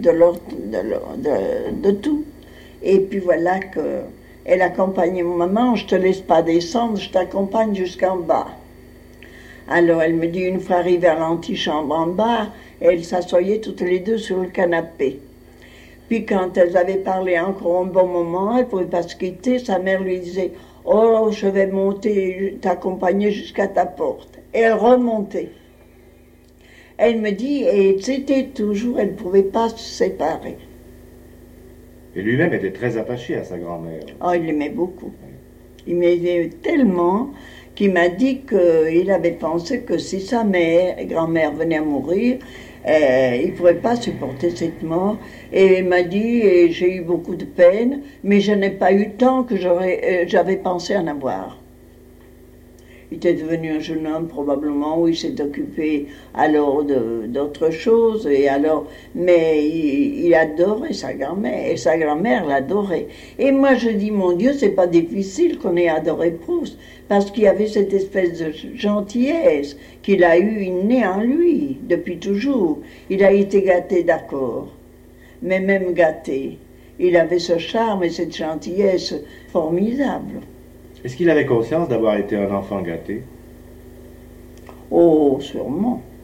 Speaker 1: de tout. Et puis voilà qu'elle accompagnait mon maman, je te laisse pas descendre, je t'accompagne jusqu'en bas. Alors elle me dit, une fois arrivée à l'antichambre en bas, elles s'assoyaient toutes les deux sur le canapé. Puis quand elles avaient parlé encore un bon moment, elles ne pouvaient pas se quitter, sa mère lui disait, oh, je vais monter, t'accompagner jusqu'à ta porte. Et elle remontait. Elle me dit, et c'était toujours, elle ne pouvait pas se séparer.
Speaker 3: Et lui-même était très attaché à sa grand-mère.
Speaker 1: Oh, il l'aimait beaucoup. Il m'aimait tellement qu'il m'a dit qu'il avait pensé que si sa grand-mère venait à mourir, il ne pourrait pas supporter cette mort. Et il m'a dit, et j'ai eu beaucoup de peine, mais je n'ai pas eu tant que j'avais pensé en avoir. Il était devenu un jeune homme probablement, où il s'est occupé alors d'autres choses, mais il adorait sa grand-mère, et sa grand-mère l'adorait. Et moi je dis, mon Dieu, c'est pas difficile qu'on ait adoré Proust, parce qu'il y avait cette espèce de gentillesse qu'il a eue innée en lui, depuis toujours. Il a été gâté, d'accord, mais même gâté. Il avait ce charme et cette gentillesse formidable.
Speaker 3: Est-ce qu'il avait conscience d'avoir été un enfant gâté?
Speaker 1: Oh, sûrement.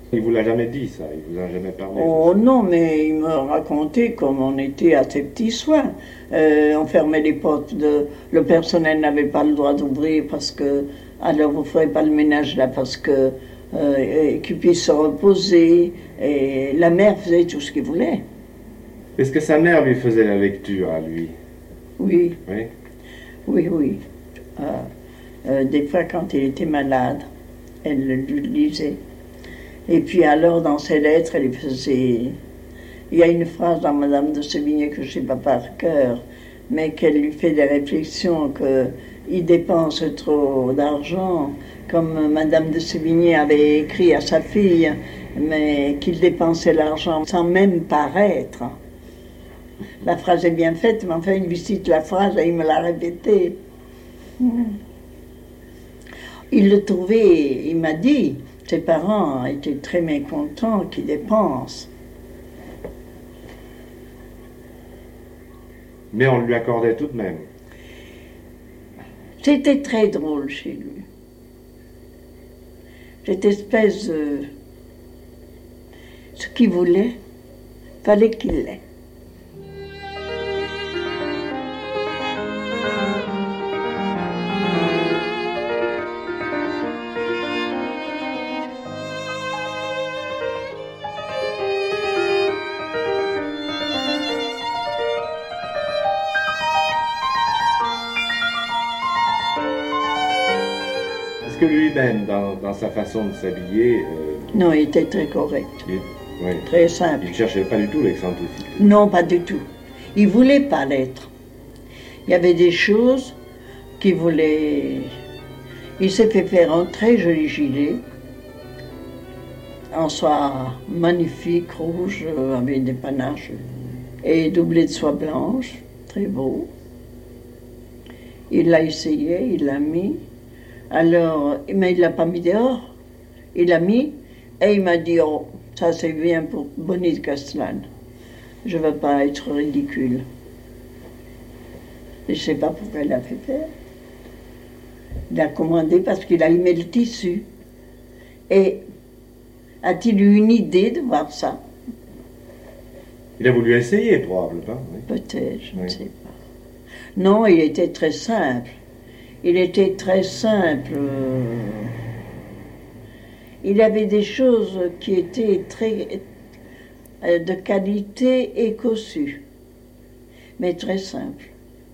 Speaker 3: Il vous l'a jamais dit, ça? Il vous a jamais parlé?
Speaker 1: Oh non, mais il me racontait comme on était à ses petits soins. On fermait les portes, le personnel n'avait pas le droit d'ouvrir parce que, alors vous ne ferez pas le ménage là parce que, qu'il puisse se reposer. Et la mère faisait tout ce qu'il voulait.
Speaker 3: Est-ce que sa mère lui faisait la lecture à lui?
Speaker 1: Oui,
Speaker 3: Oui.
Speaker 1: oui, oui. Des fois, quand il était malade, elle le lui lisait. Et puis alors, dans ses lettres, elle faisait... Il y a une phrase dans Madame de Sévigné que je ne sais pas par cœur, mais qu'elle lui fait des réflexions qu'il dépense trop d'argent, comme Madame de Sévigné avait écrit à sa fille, mais qu'il dépensait l'argent sans même paraître. La phrase est bien faite, mais enfin, il lui cite la phrase et il me l'a répétée. Il le trouvait, il m'a dit, ses parents étaient très mécontents qu'il dépense.
Speaker 3: Mais on lui accordait tout de même.
Speaker 1: C'était très drôle chez lui. Cette espèce de... Ce qu'il voulait, fallait qu'il l'ait.
Speaker 3: Est-ce que lui-même, dans sa façon de s'habiller...
Speaker 1: Non, il était très correct,
Speaker 3: oui,
Speaker 1: très simple.
Speaker 3: il ne cherchait pas du tout l'excentricité.
Speaker 1: Non, pas du tout. Il ne voulait pas l'être. Il y avait des choses qu'il voulait... Il s'est fait faire un très joli gilet, en soie magnifique, rouge, avec des panaches, et doublé de soie blanche, très beau. Il l'a essayé, il l'a mis. Alors, mais il ne l'a pas mis dehors. Il l'a mis et il m'a dit, oh, ça c'est bien pour Bonnie de Castellane. Je ne veux pas être ridicule. Et je ne sais pas pourquoi il l'a fait faire. Il a commandé parce qu'il a aimé le tissu. Et a-t-il eu une idée de voir ça?
Speaker 3: Il a voulu essayer, probablement. Oui.
Speaker 1: Peut-être, je ne
Speaker 3: Oui.
Speaker 1: sais pas. Non, il était très simple. Il était très simple. Il avait des choses qui étaient très de qualité et cossues, mais très simples.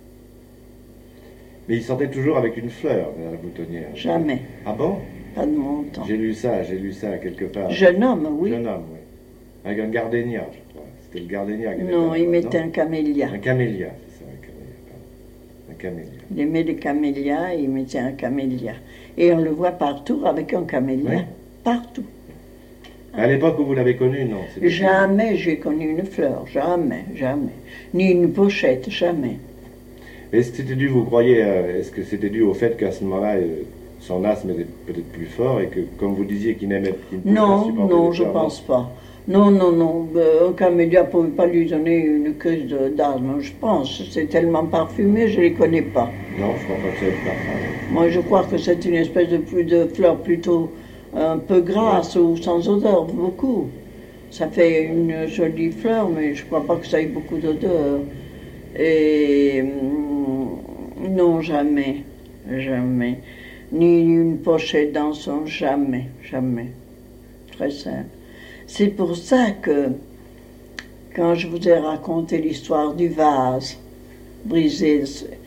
Speaker 3: Mais il sortait toujours avec une fleur dans la boutonnière.
Speaker 1: Jamais,
Speaker 3: Ah bon?
Speaker 1: pas de mon temps.
Speaker 3: J'ai lu ça quelque part.
Speaker 1: Jeune homme, oui.
Speaker 3: Jeune homme, oui. Avec un gardénia, je crois. C'était le gardénia qui était
Speaker 1: Non,
Speaker 3: à
Speaker 1: il
Speaker 3: la
Speaker 1: mettait
Speaker 3: mode,
Speaker 1: un camélia.
Speaker 3: non? Un camélia, c'est ça, un camélia. Pardon. Un camélia.
Speaker 1: Il aimait les camélias, il mettait un camélia. Et on le voit partout avec un camélia.
Speaker 3: Oui.
Speaker 1: Partout.
Speaker 3: À l'époque où vous l'avez connu, non? c'était-
Speaker 1: Jamais j'ai connu une fleur, jamais, jamais. Ni une pochette, jamais.
Speaker 3: Est-ce que c'était dû, vous croyez, est-ce que c'était dû au fait qu'à ce moment-là, son asthme était peut-être plus fort et que, comme vous disiez, qu'il n'aimait qu'il ne pouvait pas
Speaker 1: Non,
Speaker 3: supporter
Speaker 1: non,
Speaker 3: les
Speaker 1: je
Speaker 3: fleurs,
Speaker 1: pense pas. Non, non, non. Un camélia ne pouvait pas lui donner une crise d'asthme, je pense. C'est tellement parfumé, je ne les connais pas.
Speaker 3: Non, je crois pas que ça ait été parfum.
Speaker 1: Moi, je crois que c'est une espèce de fleur plutôt un peu grasse ou sans odeur, beaucoup. Ça fait une jolie fleur, mais je ne crois pas que ça ait beaucoup d'odeur. Et non, jamais, jamais. Ni une pochette dans son, jamais, jamais. Très simple. C'est pour ça que, quand je vous ai raconté l'histoire du vase brisé,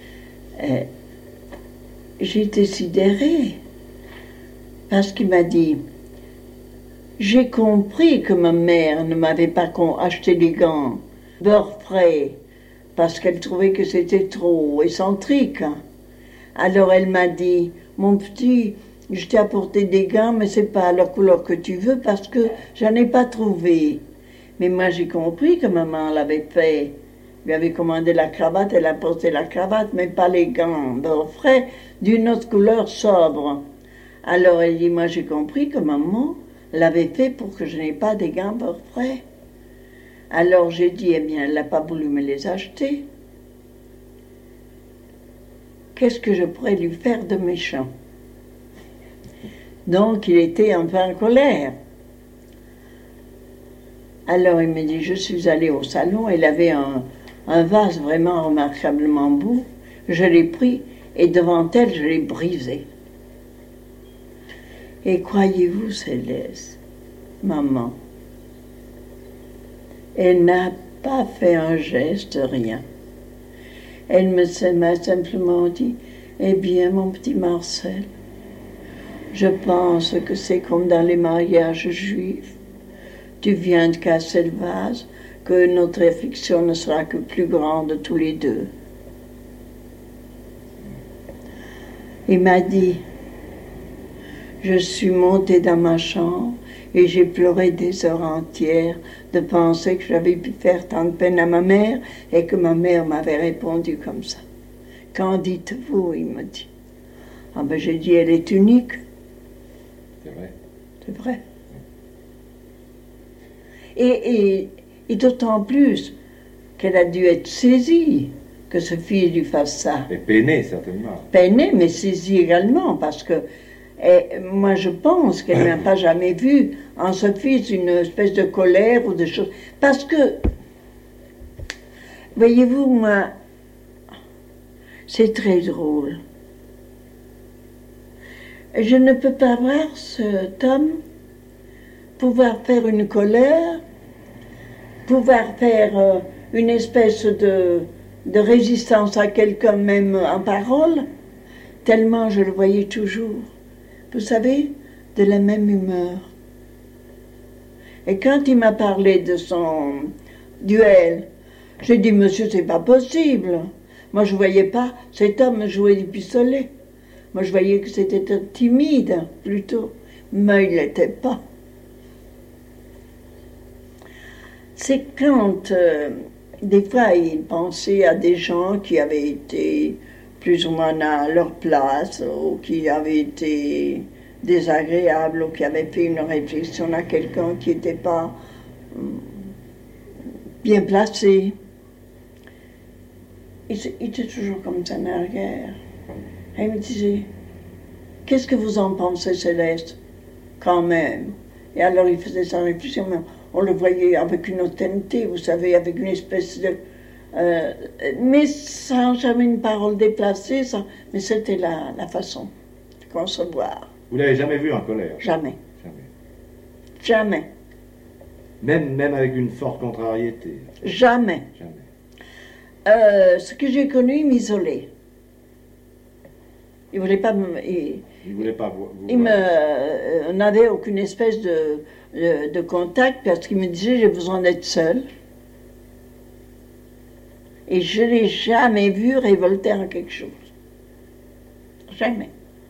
Speaker 1: j'étais sidérée. Parce qu'il m'a dit, j'ai compris que ma mère ne m'avait pas acheté des gants beurre frais, parce qu'elle trouvait que c'était trop excentrique. Alors elle m'a dit, mon petit, je t'ai apporté des gants, mais c'est pas la couleur que tu veux parce que j'en ai pas trouvé. Mais moi j'ai compris que maman l'avait fait. Lui avait commandé la cravate, elle a porté la cravate, mais pas les gants beurre frais, d'une autre couleur sobre. Alors elle dit, moi j'ai compris que maman l'avait fait pour que je n'ai pas des gants beurre frais. Alors j'ai dit, eh bien, elle n'a pas voulu me les acheter. Qu'est-ce que je pourrais lui faire de méchant? Donc il était un peu en colère. Alors il me dit, je suis allée au salon, elle avait un vase vraiment remarquablement beau, je l'ai pris et devant elle, je l'ai brisé. Et croyez-vous, Céleste, maman, elle n'a pas fait un geste, rien. Elle m'a simplement dit, eh bien, mon petit Marcel, je pense que c'est comme dans les mariages juifs. Tu viens de casser le vase, que notre affection ne sera que plus grande tous les deux. Il m'a dit, je suis montée dans ma chambre et j'ai pleuré des heures entières de penser que j'avais pu faire tant de peine à ma mère et que ma mère m'avait répondu comme ça. Qu'en dites-vous, il me dit. Ah ben j'ai dit, elle est unique.
Speaker 3: C'est vrai.
Speaker 1: C'est vrai. Et d'autant plus qu'elle a dû être saisie que ce fils lui fasse ça.
Speaker 3: Et peinée, certainement.
Speaker 1: Peinée, mais saisie également, parce que moi je pense qu'elle n'a pas jamais vu en ce fils une espèce de colère ou de choses. Parce que, voyez-vous, moi, c'est très drôle. Je ne peux pas voir cet homme pouvoir faire une colère, pouvoir faire une espèce de résistance à quelqu'un, même en parole, tellement je le voyais toujours, vous savez, de la même humeur. Et quand il m'a parlé de son duel, j'ai dit, monsieur, c'est pas possible. Moi, je voyais pas cet homme jouer du pistolet. Moi, je voyais que c'était timide, plutôt. Mais il l'était pas. C'est quand, des fois, il pensait à des gens qui avaient été plus ou moins à leur place, ou qui avaient été désagréables, ou qui avaient fait une réflexion à quelqu'un qui n'était pas bien placé. Il était toujours comme ça en arrière. Et il me disait, qu'est-ce que vous en pensez, Céleste? Quand même. Et alors il faisait sa réflexion, mais on le voyait avec une authenticité, vous savez, avec une espèce de... mais sans jamais une parole déplacée, mais c'était la façon de concevoir.
Speaker 3: Vous l'avez jamais vu en colère?
Speaker 1: Jamais.
Speaker 3: Jamais.
Speaker 1: Jamais.
Speaker 3: Même avec une forte contrariété?
Speaker 1: Jamais.
Speaker 3: Jamais.
Speaker 1: Ce que j'ai connu, il m'isolait. Il voulait pas
Speaker 3: Il voulait pas vous
Speaker 1: on n'avait aucune espèce de contact parce qu'il me disait j'ai besoin d'être seul. Et je l'ai jamais vu révolter en quelque chose. Jamais.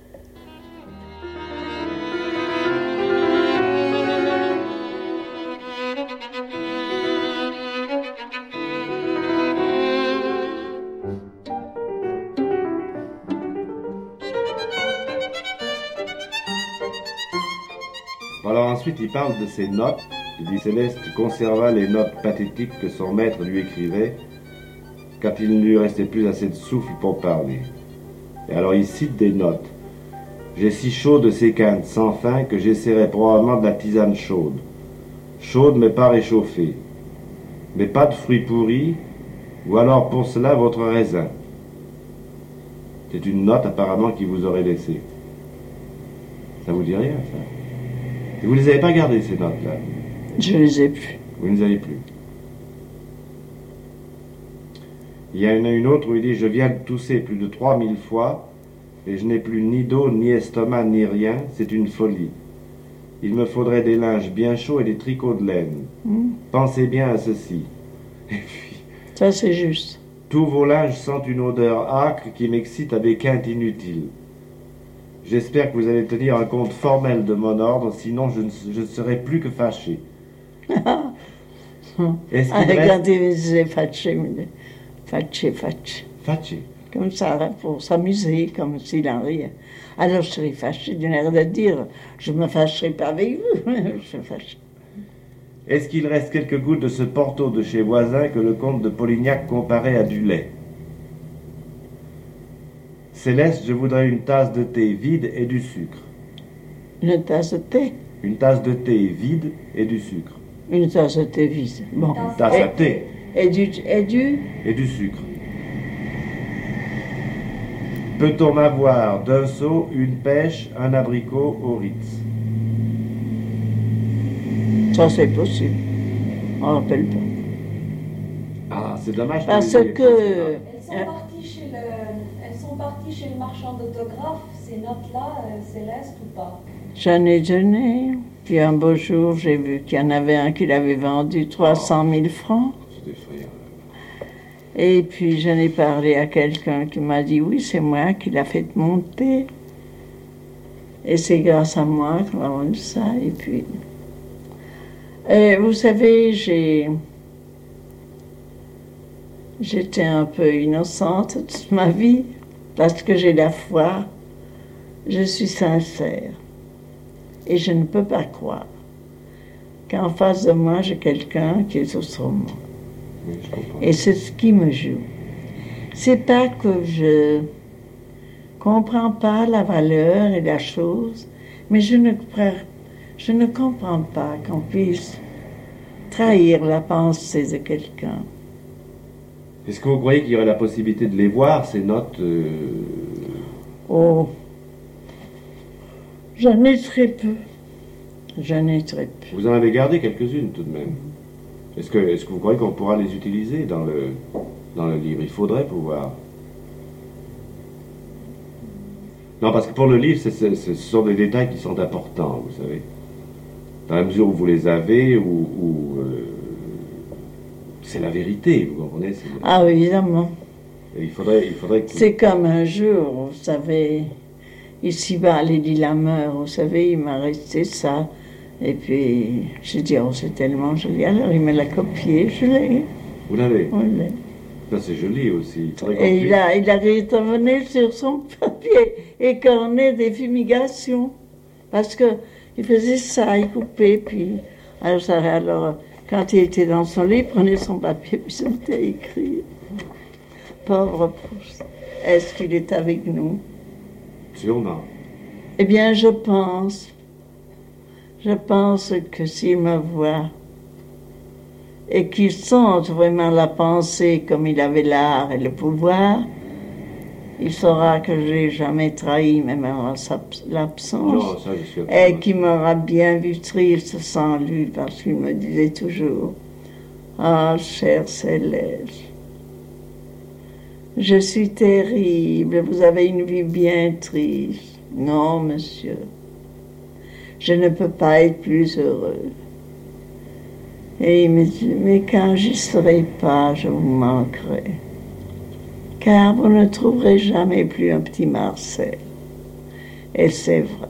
Speaker 3: Alors ensuite, il parle de ses notes. Il dit Céleste conserva les notes pathétiques que son maître lui écrivait quand il ne lui restait plus assez de souffle pour parler. Et alors il cite des notes. J'ai si chaud de ces quintes sans fin que j'essaierai probablement de la tisane chaude. Chaude mais pas réchauffée. Mais pas de fruits pourris, ou alors pour cela votre raisin. C'est une note apparemment qu'il vous aurait laissée. Ça vous dit rien, ça? Et vous ne les avez pas gardées, ces notes-là?
Speaker 1: Je les ai plus.
Speaker 3: Vous ne les avez plus. Il y en a une autre où il dit « Je viens de tousser plus de 3000 fois et je n'ai plus ni dos, ni estomac, ni rien. C'est une folie. Il me faudrait des linges bien chauds et des tricots de laine. Pensez bien à ceci. » Et puis...
Speaker 1: Ça, c'est juste.
Speaker 3: Tous vos linges sentent une odeur âcre qui m'excite à des quintes inutiles. J'espère que vous allez tenir un compte formel de mon ordre, sinon je ne serai plus que fâché. Est-ce qu'il
Speaker 1: regardez, c'est fâché.
Speaker 3: Fâché.
Speaker 1: Comme ça, pour s'amuser, comme s'il en riait. Alors je serais fâché d'une air de dire, je me fâcherai pas avec vous, je suis fâché.
Speaker 3: Est-ce qu'il reste quelques gouttes de ce Porto de chez voisin que le comte de Polignac comparait à du lait? Céleste, je voudrais une tasse de thé vide et du sucre.
Speaker 1: Une tasse de thé?
Speaker 3: Une tasse de thé vide et du sucre.
Speaker 1: Une tasse de thé vide. Bon.
Speaker 3: Une tasse à thé.
Speaker 1: Et du
Speaker 3: Et du sucre. Peut-on avoir d'un seau une pêche, un abricot au Ritz?
Speaker 1: Ça, c'est possible. On ne rappelle pas.
Speaker 3: Ah, c'est dommage.
Speaker 1: Parce que...
Speaker 4: Elles sont parties chez le marchand d'autographes, ces notes-là, célestes ou pas?
Speaker 1: J'en ai donné. Puis un beau jour, j'ai vu qu'il y en avait un qui l'avait vendu 300 000 francs.
Speaker 3: C'est effrayant.
Speaker 1: Et puis j'en ai parlé à quelqu'un qui m'a dit, oui, c'est moi qui l'a fait monter. Et c'est grâce à moi qu'on a vendu ça. Et puis... vous savez, j'étais un peu innocente toute ma vie, parce que j'ai la foi. Je suis sincère. Et je ne peux pas croire qu'en face de moi, j'ai quelqu'un qui est autrement.
Speaker 3: Oui, je comprends.
Speaker 1: Et c'est ce qui me joue. C'est pas que je comprends pas la valeur et la chose, mais je ne comprends pas qu'on puisse trahir la pensée de quelqu'un.
Speaker 3: Est-ce que vous croyez qu'il y aurait la possibilité de les voir, ces notes
Speaker 1: Oh, j'en ai très peu. J'en ai très peu.
Speaker 3: Vous en avez gardé quelques-unes tout de même. Est-ce que vous croyez qu'on pourra les utiliser dans le livre? Il faudrait pouvoir. Non, parce que pour le livre, ce sont des détails qui sont importants, vous savez. Dans la mesure où vous les avez, c'est la vérité, vous comprenez?
Speaker 1: Ah, évidemment.
Speaker 3: Et il faudrait que...
Speaker 1: C'est comme un jour, vous savez, ici-bas, Lady Lameur, vous savez, il m'a resté ça. Et puis, j'ai dit, oh, c'est tellement joli. Alors, il me l'a copié, je l'ai.
Speaker 3: Vous l'avez?
Speaker 1: On l'a.
Speaker 3: Ça, c'est joli aussi.
Speaker 1: Et il a retourné sur son papier écorné des fumigations. Parce que il faisait ça, il coupait, puis... Alors, quand il était dans son lit, il prenait son papier, puis il se mettait à écrire. Pauvre Proust. Est-ce qu'il est avec nous?
Speaker 3: Sûrement.
Speaker 1: Eh bien, je pense que s'il me voit et qu'il sente vraiment la pensée comme il avait l'art et le pouvoir, il saura que je n'ai jamais trahi, même en l'absence.
Speaker 3: Non, ça, je suis
Speaker 1: Et qu'il m'aura bien vu triste sans lui, parce qu'il me disait toujours, « Ah, chère Céleste, je suis terrible, vous avez une vie bien triste. Non, monsieur, je ne peux pas être plus heureux. » Et il me dit, « Mais quand j'y serai pas, je vous manquerai. Car vous ne trouverez jamais plus un petit Marcel. » Et c'est vrai.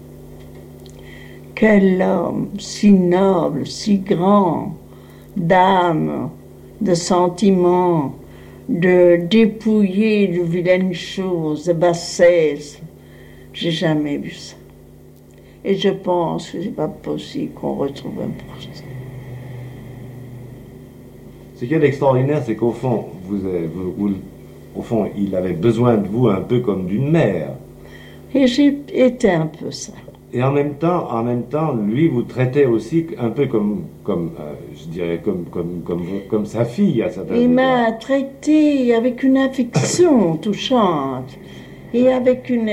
Speaker 1: Quel homme si noble, si grand, d'âme, de sentiments, de dépouiller de vilaines choses, de bassesse. J'ai jamais vu ça. Et je pense que c'est pas possible qu'on retrouve un Proust.
Speaker 3: Ce qu'il y a d'extraordinaire, c'est qu'au fond, au fond, il avait besoin de vous un peu comme d'une mère.
Speaker 1: Et j'ai été un peu ça.
Speaker 3: Et en même temps, lui vous traitait aussi un peu je dirais, comme sa fille à certains
Speaker 1: Il m'a
Speaker 3: égards.
Speaker 1: traité avec une affection touchante et avec une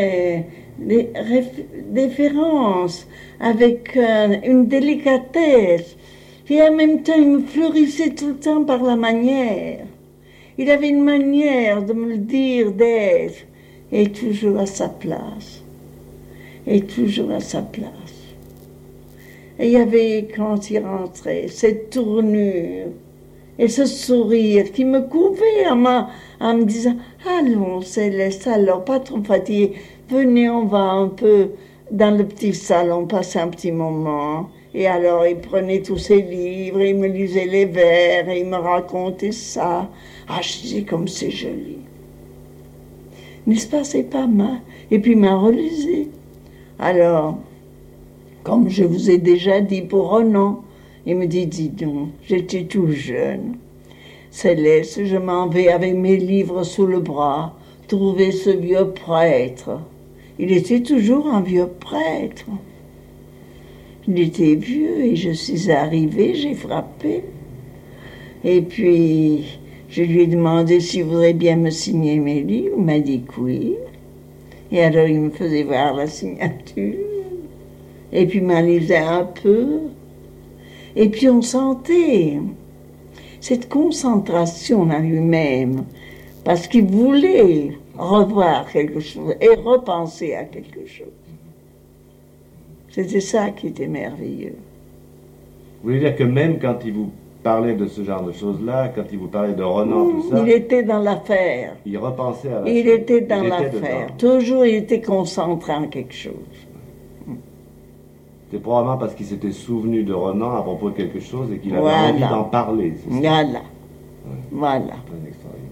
Speaker 1: déférence, avec une délicatesse. Et en même temps, il me fleurissait tout le temps par la manière. Il avait une manière de me le dire, d'être, et toujours à sa place. Et toujours à sa place. Et il y avait, quand il rentrait, cette tournure et ce sourire qui me couvait en me disant « Allons, Céleste, alors, pas trop fatiguée, venez, on va un peu dans le petit salon, passer un petit moment. » Et alors, il prenait tous ses livres, il me lisait les vers, et il me racontait ça. Ah, je disais, comme c'est joli. N'est-ce pas, c'est pas mal. Et puis, il m'a relisé. Alors, comme je vous ai déjà dit pour Renan, il me dit, dis donc, j'étais tout jeune. Céleste, je m'en vais avec mes livres sous le bras, trouver ce vieux prêtre. Il était toujours un vieux prêtre. Il était vieux et je suis arrivée, j'ai frappé. Et puis, je lui ai demandé s'il voudrait bien me signer mes livres. Il m'a dit que oui. Et alors, il me faisait voir la signature. Et puis, il m'en lisait un peu. Et puis, on sentait cette concentration en lui-même, parce qu'il voulait revoir quelque chose et repenser à quelque chose. C'était ça qui était merveilleux.
Speaker 3: Vous voulez dire que même quand il vous parlait de ce genre de choses-là, quand il vous parlait de Renan, tout ça,
Speaker 1: il était dans l'affaire.
Speaker 3: il repensait à la
Speaker 1: Il
Speaker 3: chose.
Speaker 1: était dans
Speaker 3: Il était
Speaker 1: l'affaire.
Speaker 3: dedans.
Speaker 1: Toujours, il était concentré en quelque chose.
Speaker 3: C'est probablement parce qu'il s'était souvenu de Renan à propos de quelque chose et qu'il avait
Speaker 1: Voilà.
Speaker 3: envie d'en parler. C'est ça.
Speaker 1: Voilà. Voilà.
Speaker 3: Très extraordinaire.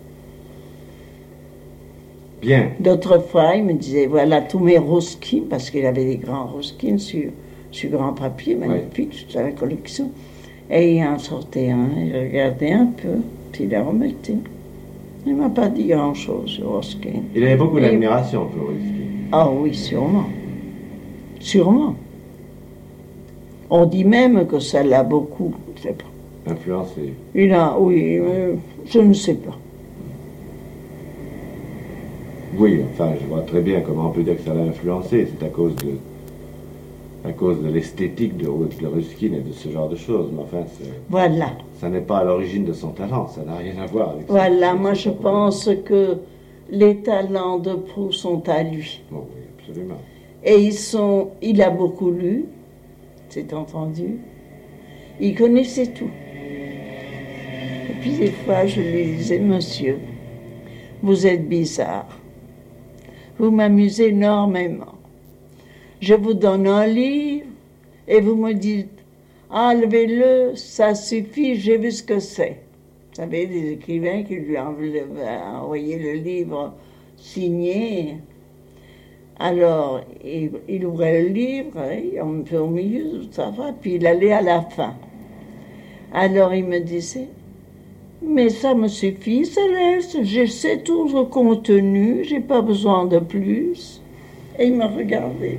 Speaker 3: Bien.
Speaker 1: D'autres fois, il me disait, voilà tous mes Ruskin, parce qu'il avait des grands Ruskin sur grand papier, magnifique, toute la collection. Et il en sortait un, il regardait un peu, puis il la remettait. Il ne m'a pas dit grand-chose sur Ruskin.
Speaker 3: Il avait beaucoup d'admiration pour Ruskin.
Speaker 1: Ah oui, sûrement. Sûrement. On dit même que ça l'a beaucoup, je ne sais pas.
Speaker 3: Influencé.
Speaker 1: Il a, oui, je ne sais pas.
Speaker 3: Oui, enfin, je vois très bien comment on peut dire que ça l'a influencé. C'est à cause de l'esthétique de Ruskin et de ce genre de choses. Mais enfin,
Speaker 1: Voilà.
Speaker 3: ça n'est pas à l'origine de son talent. Ça n'a rien à voir avec ça.
Speaker 1: Voilà, moi je pense que les talents de Proust sont à lui.
Speaker 3: Bon, oui, absolument.
Speaker 1: Et il a beaucoup lu, c'est entendu. Il connaissait tout. Et puis des fois, je lui disais, monsieur, vous êtes bizarre. Vous m'amusez énormément. Je vous donne un livre et vous me dites, enlevez-le, ça suffit, j'ai vu ce que c'est. Vous savez, des écrivains qui lui envoyaient le livre signé. Alors, il ouvrait le livre, on me fait au milieu, tout ça va, puis il allait à la fin. Alors il me disait, mais ça me suffit, Céleste, je sais tout le contenu, j'ai pas besoin de plus. Et il me regardait.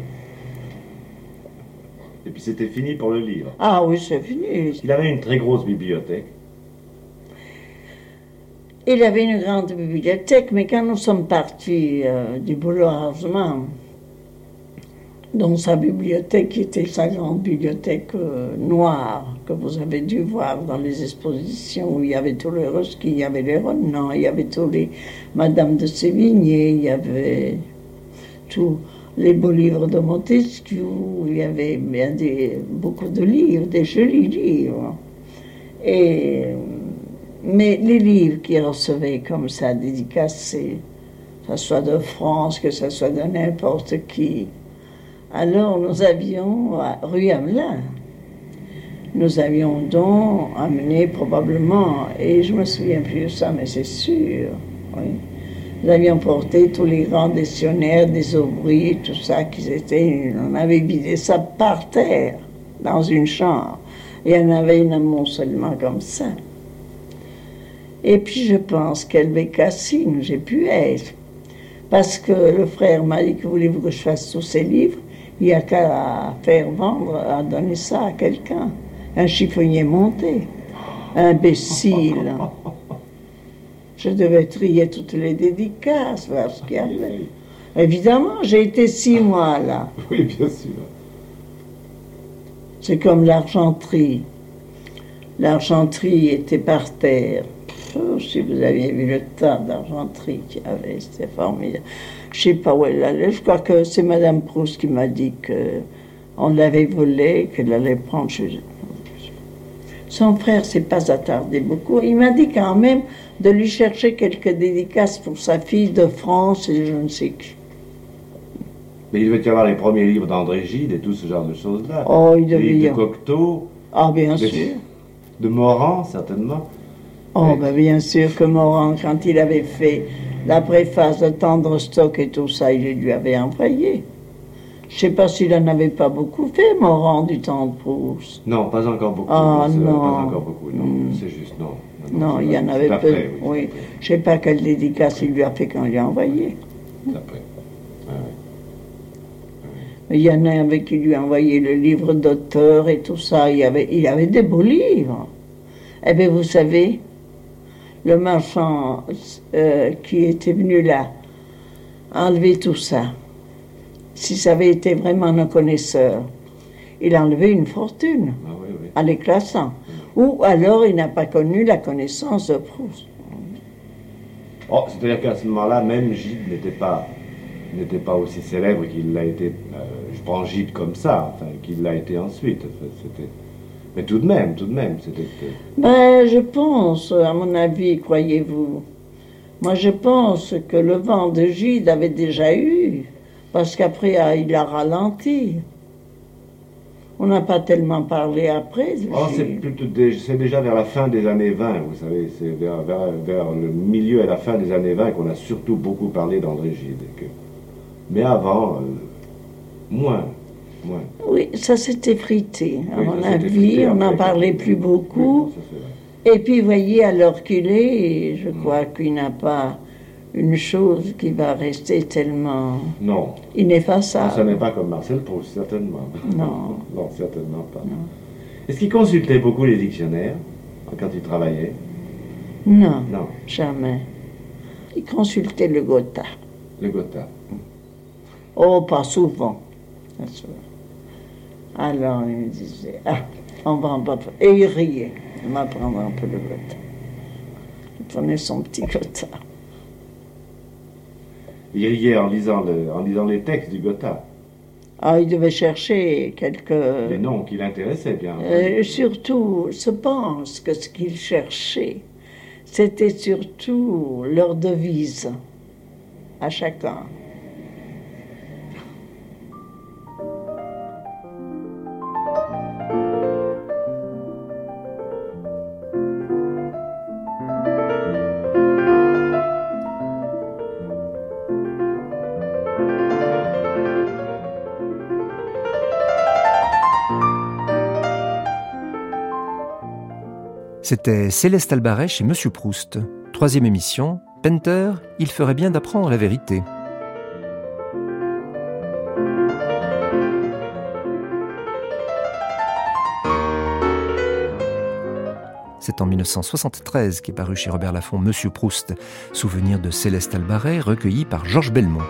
Speaker 3: Et puis c'était fini pour le livre.
Speaker 1: Ah oui, c'est fini.
Speaker 3: Il avait une très grosse bibliothèque.
Speaker 1: Il avait une grande bibliothèque, mais quand nous sommes partis du Bouleversement, dans sa bibliothèque, qui était sa grande bibliothèque noire, que vous avez dû voir dans les expositions, où il y avait tous les Ruskin, il y avait les Renan, il y avait tous les Madame de Sévigné, il y avait tous les beaux livres de Montesquieu, il y avait bien beaucoup de livres, des jolis livres. Mais les livres qu'il recevait comme ça, dédicacés, que ce soit de France, que ce soit de n'importe qui, alors nous avions, rue Hamelin, nous avions donc amené probablement, et je me souviens plus de ça, mais c'est sûr, oui, nous avions porté tous les grands dictionnaires des ouvriers, tout ça, on avait vidé ça par terre, dans une chambre, et il y en avait un amoncellement comme ça. Et puis je pense quelle bécassine j'ai pu être, parce que le frère m'a dit que voulez-vous que je fasse tous ces livres, il n'y a qu'à faire vendre, à donner ça à quelqu'un, un chiffonnier monté, imbécile. Je devais trier toutes les dédicaces, voir ce qu'il y avait. Évidemment, j'ai été 6 mois là.
Speaker 3: Oui, bien sûr.
Speaker 1: C'est comme l'argenterie. L'argenterie était par terre. Oh, si vous aviez vu le tas d'argenterie qu'il y avait, c'était formidable. Je ne sais pas où elle allait. Je crois que c'est Madame Proust qui m'a dit qu'on l'avait volée, qu'elle allait prendre chez elle. Son frère s'est pas attardé beaucoup. Il m'a dit quand même de lui chercher quelques dédicaces pour sa fille de France et je ne sais qui.
Speaker 3: Mais il devait y avoir les premiers livres d'André Gide et tout ce genre de choses-là.
Speaker 1: Oh, il devait
Speaker 3: Les
Speaker 1: y
Speaker 3: livres de
Speaker 1: avoir.
Speaker 3: Cocteau.
Speaker 1: Ah, bien sûr.
Speaker 3: De Morand, certainement.
Speaker 1: Oh, ben bien sûr que Morand, quand il avait fait la préface de Tendre Stock et tout ça, il lui avait envoyé. Je ne sais pas s'il n'en avait pas beaucoup fait, Morand, du temps de Proust.
Speaker 3: Non, pas encore beaucoup.
Speaker 1: Ah, non.
Speaker 3: Pas encore beaucoup, non. C'est juste, non.
Speaker 1: Non, il y en
Speaker 3: c'est
Speaker 1: avait peu.
Speaker 3: après,
Speaker 1: Oui. Je ne sais pas quelle dédicace il lui a fait quand il lui a envoyé.
Speaker 3: C'est après.
Speaker 1: Il y en a avec qui lui a envoyé le livre d'auteur et tout ça. Il y avait des beaux livres. Eh bien, vous savez, le marchand qui était venu là, a enlevé tout ça. Si ça avait été vraiment un connaisseur, il a enlevé une fortune en les classant. Ou alors il n'a pas connu la connaissance de Proust.
Speaker 3: Oh, c'est-à-dire qu'à ce moment-là, même Gide n'était pas aussi célèbre qu'il l'a été. Je prends Gide comme ça, enfin, qu'il l'a été ensuite. Mais tout de même, c'était.
Speaker 1: Ben, je pense, à mon avis, croyez-vous. Moi, je pense que le vent de Gide avait déjà eu, parce qu'après, il a ralenti. On n'a pas tellement parlé après de Gide.
Speaker 3: C'est déjà vers la fin des années 20, vous savez, c'est vers le milieu et la fin des années 20 qu'on a surtout beaucoup parlé d'André Gide. Mais avant, moins.
Speaker 1: Oui, ça s'est effrité. À mon avis, on n'en parlait plus beaucoup.
Speaker 3: Oui,
Speaker 1: et puis, vous voyez, alors qu'il est, je crois qu'il n'a pas une chose qui va rester tellement ineffaçable.
Speaker 3: Ça n'est pas comme Marcel Proust, certainement.
Speaker 1: Non.
Speaker 3: Non, certainement pas.
Speaker 1: Non.
Speaker 3: Est-ce qu'il consultait beaucoup les dictionnaires quand il travaillait?
Speaker 1: Non, jamais. Il consultait le Gotha.
Speaker 3: Le Gotha.
Speaker 1: Oh, pas souvent. Alors, il me disait, on va en parler. Et il riait. Il m'apprendre un peu le Gotha. Il prenait son petit Gotha.
Speaker 3: Il riait en lisant les textes du Gotha.
Speaker 1: Ah, il devait chercher quelques...
Speaker 3: Les noms qui l'intéressaient bien.
Speaker 1: Surtout, je pense que ce qu'il cherchait, c'était surtout leur devise à chacun.
Speaker 2: C'était Céleste Albaret chez Monsieur Proust. 3e émission, Painter, il ferait bien d'apprendre la vérité. C'est en 1973 qu'est paru chez Robert Laffont Monsieur Proust, souvenir de Céleste Albaret recueilli par Georges Belmont.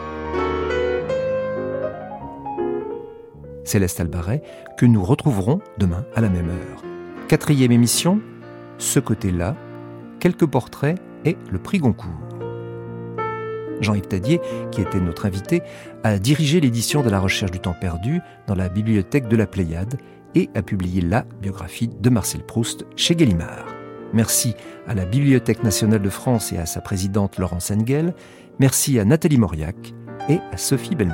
Speaker 2: Céleste Albaret que nous retrouverons demain à la même heure. 4e émission, ce côté-là, quelques portraits et le prix Goncourt. Jean-Yves Tadier, qui était notre invité, a dirigé l'édition de La Recherche du temps perdu dans la bibliothèque de la Pléiade et a publié la biographie de Marcel Proust chez Gallimard. Merci à la Bibliothèque nationale de France et à sa présidente Laurence Engel. Merci à Nathalie Mauriac et à Sophie Belmont.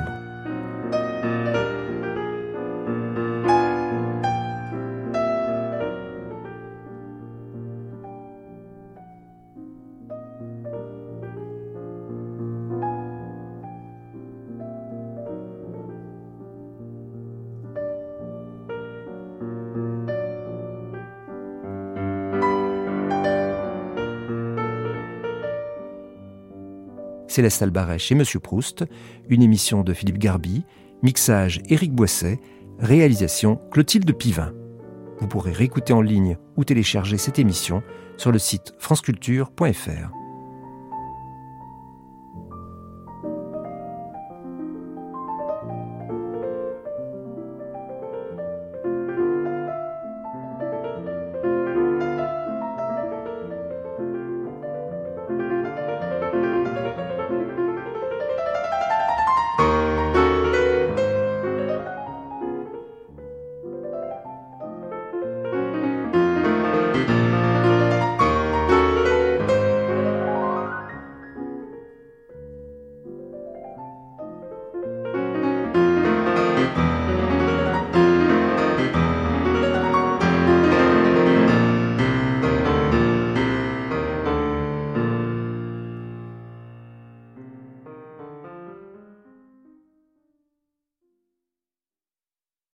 Speaker 2: Céleste Albaret chez Monsieur Proust, une émission de Philippe Garby, mixage Éric Boisset, réalisation Clotilde Pivin. Vous pourrez réécouter en ligne ou télécharger cette émission sur le site franceculture.fr.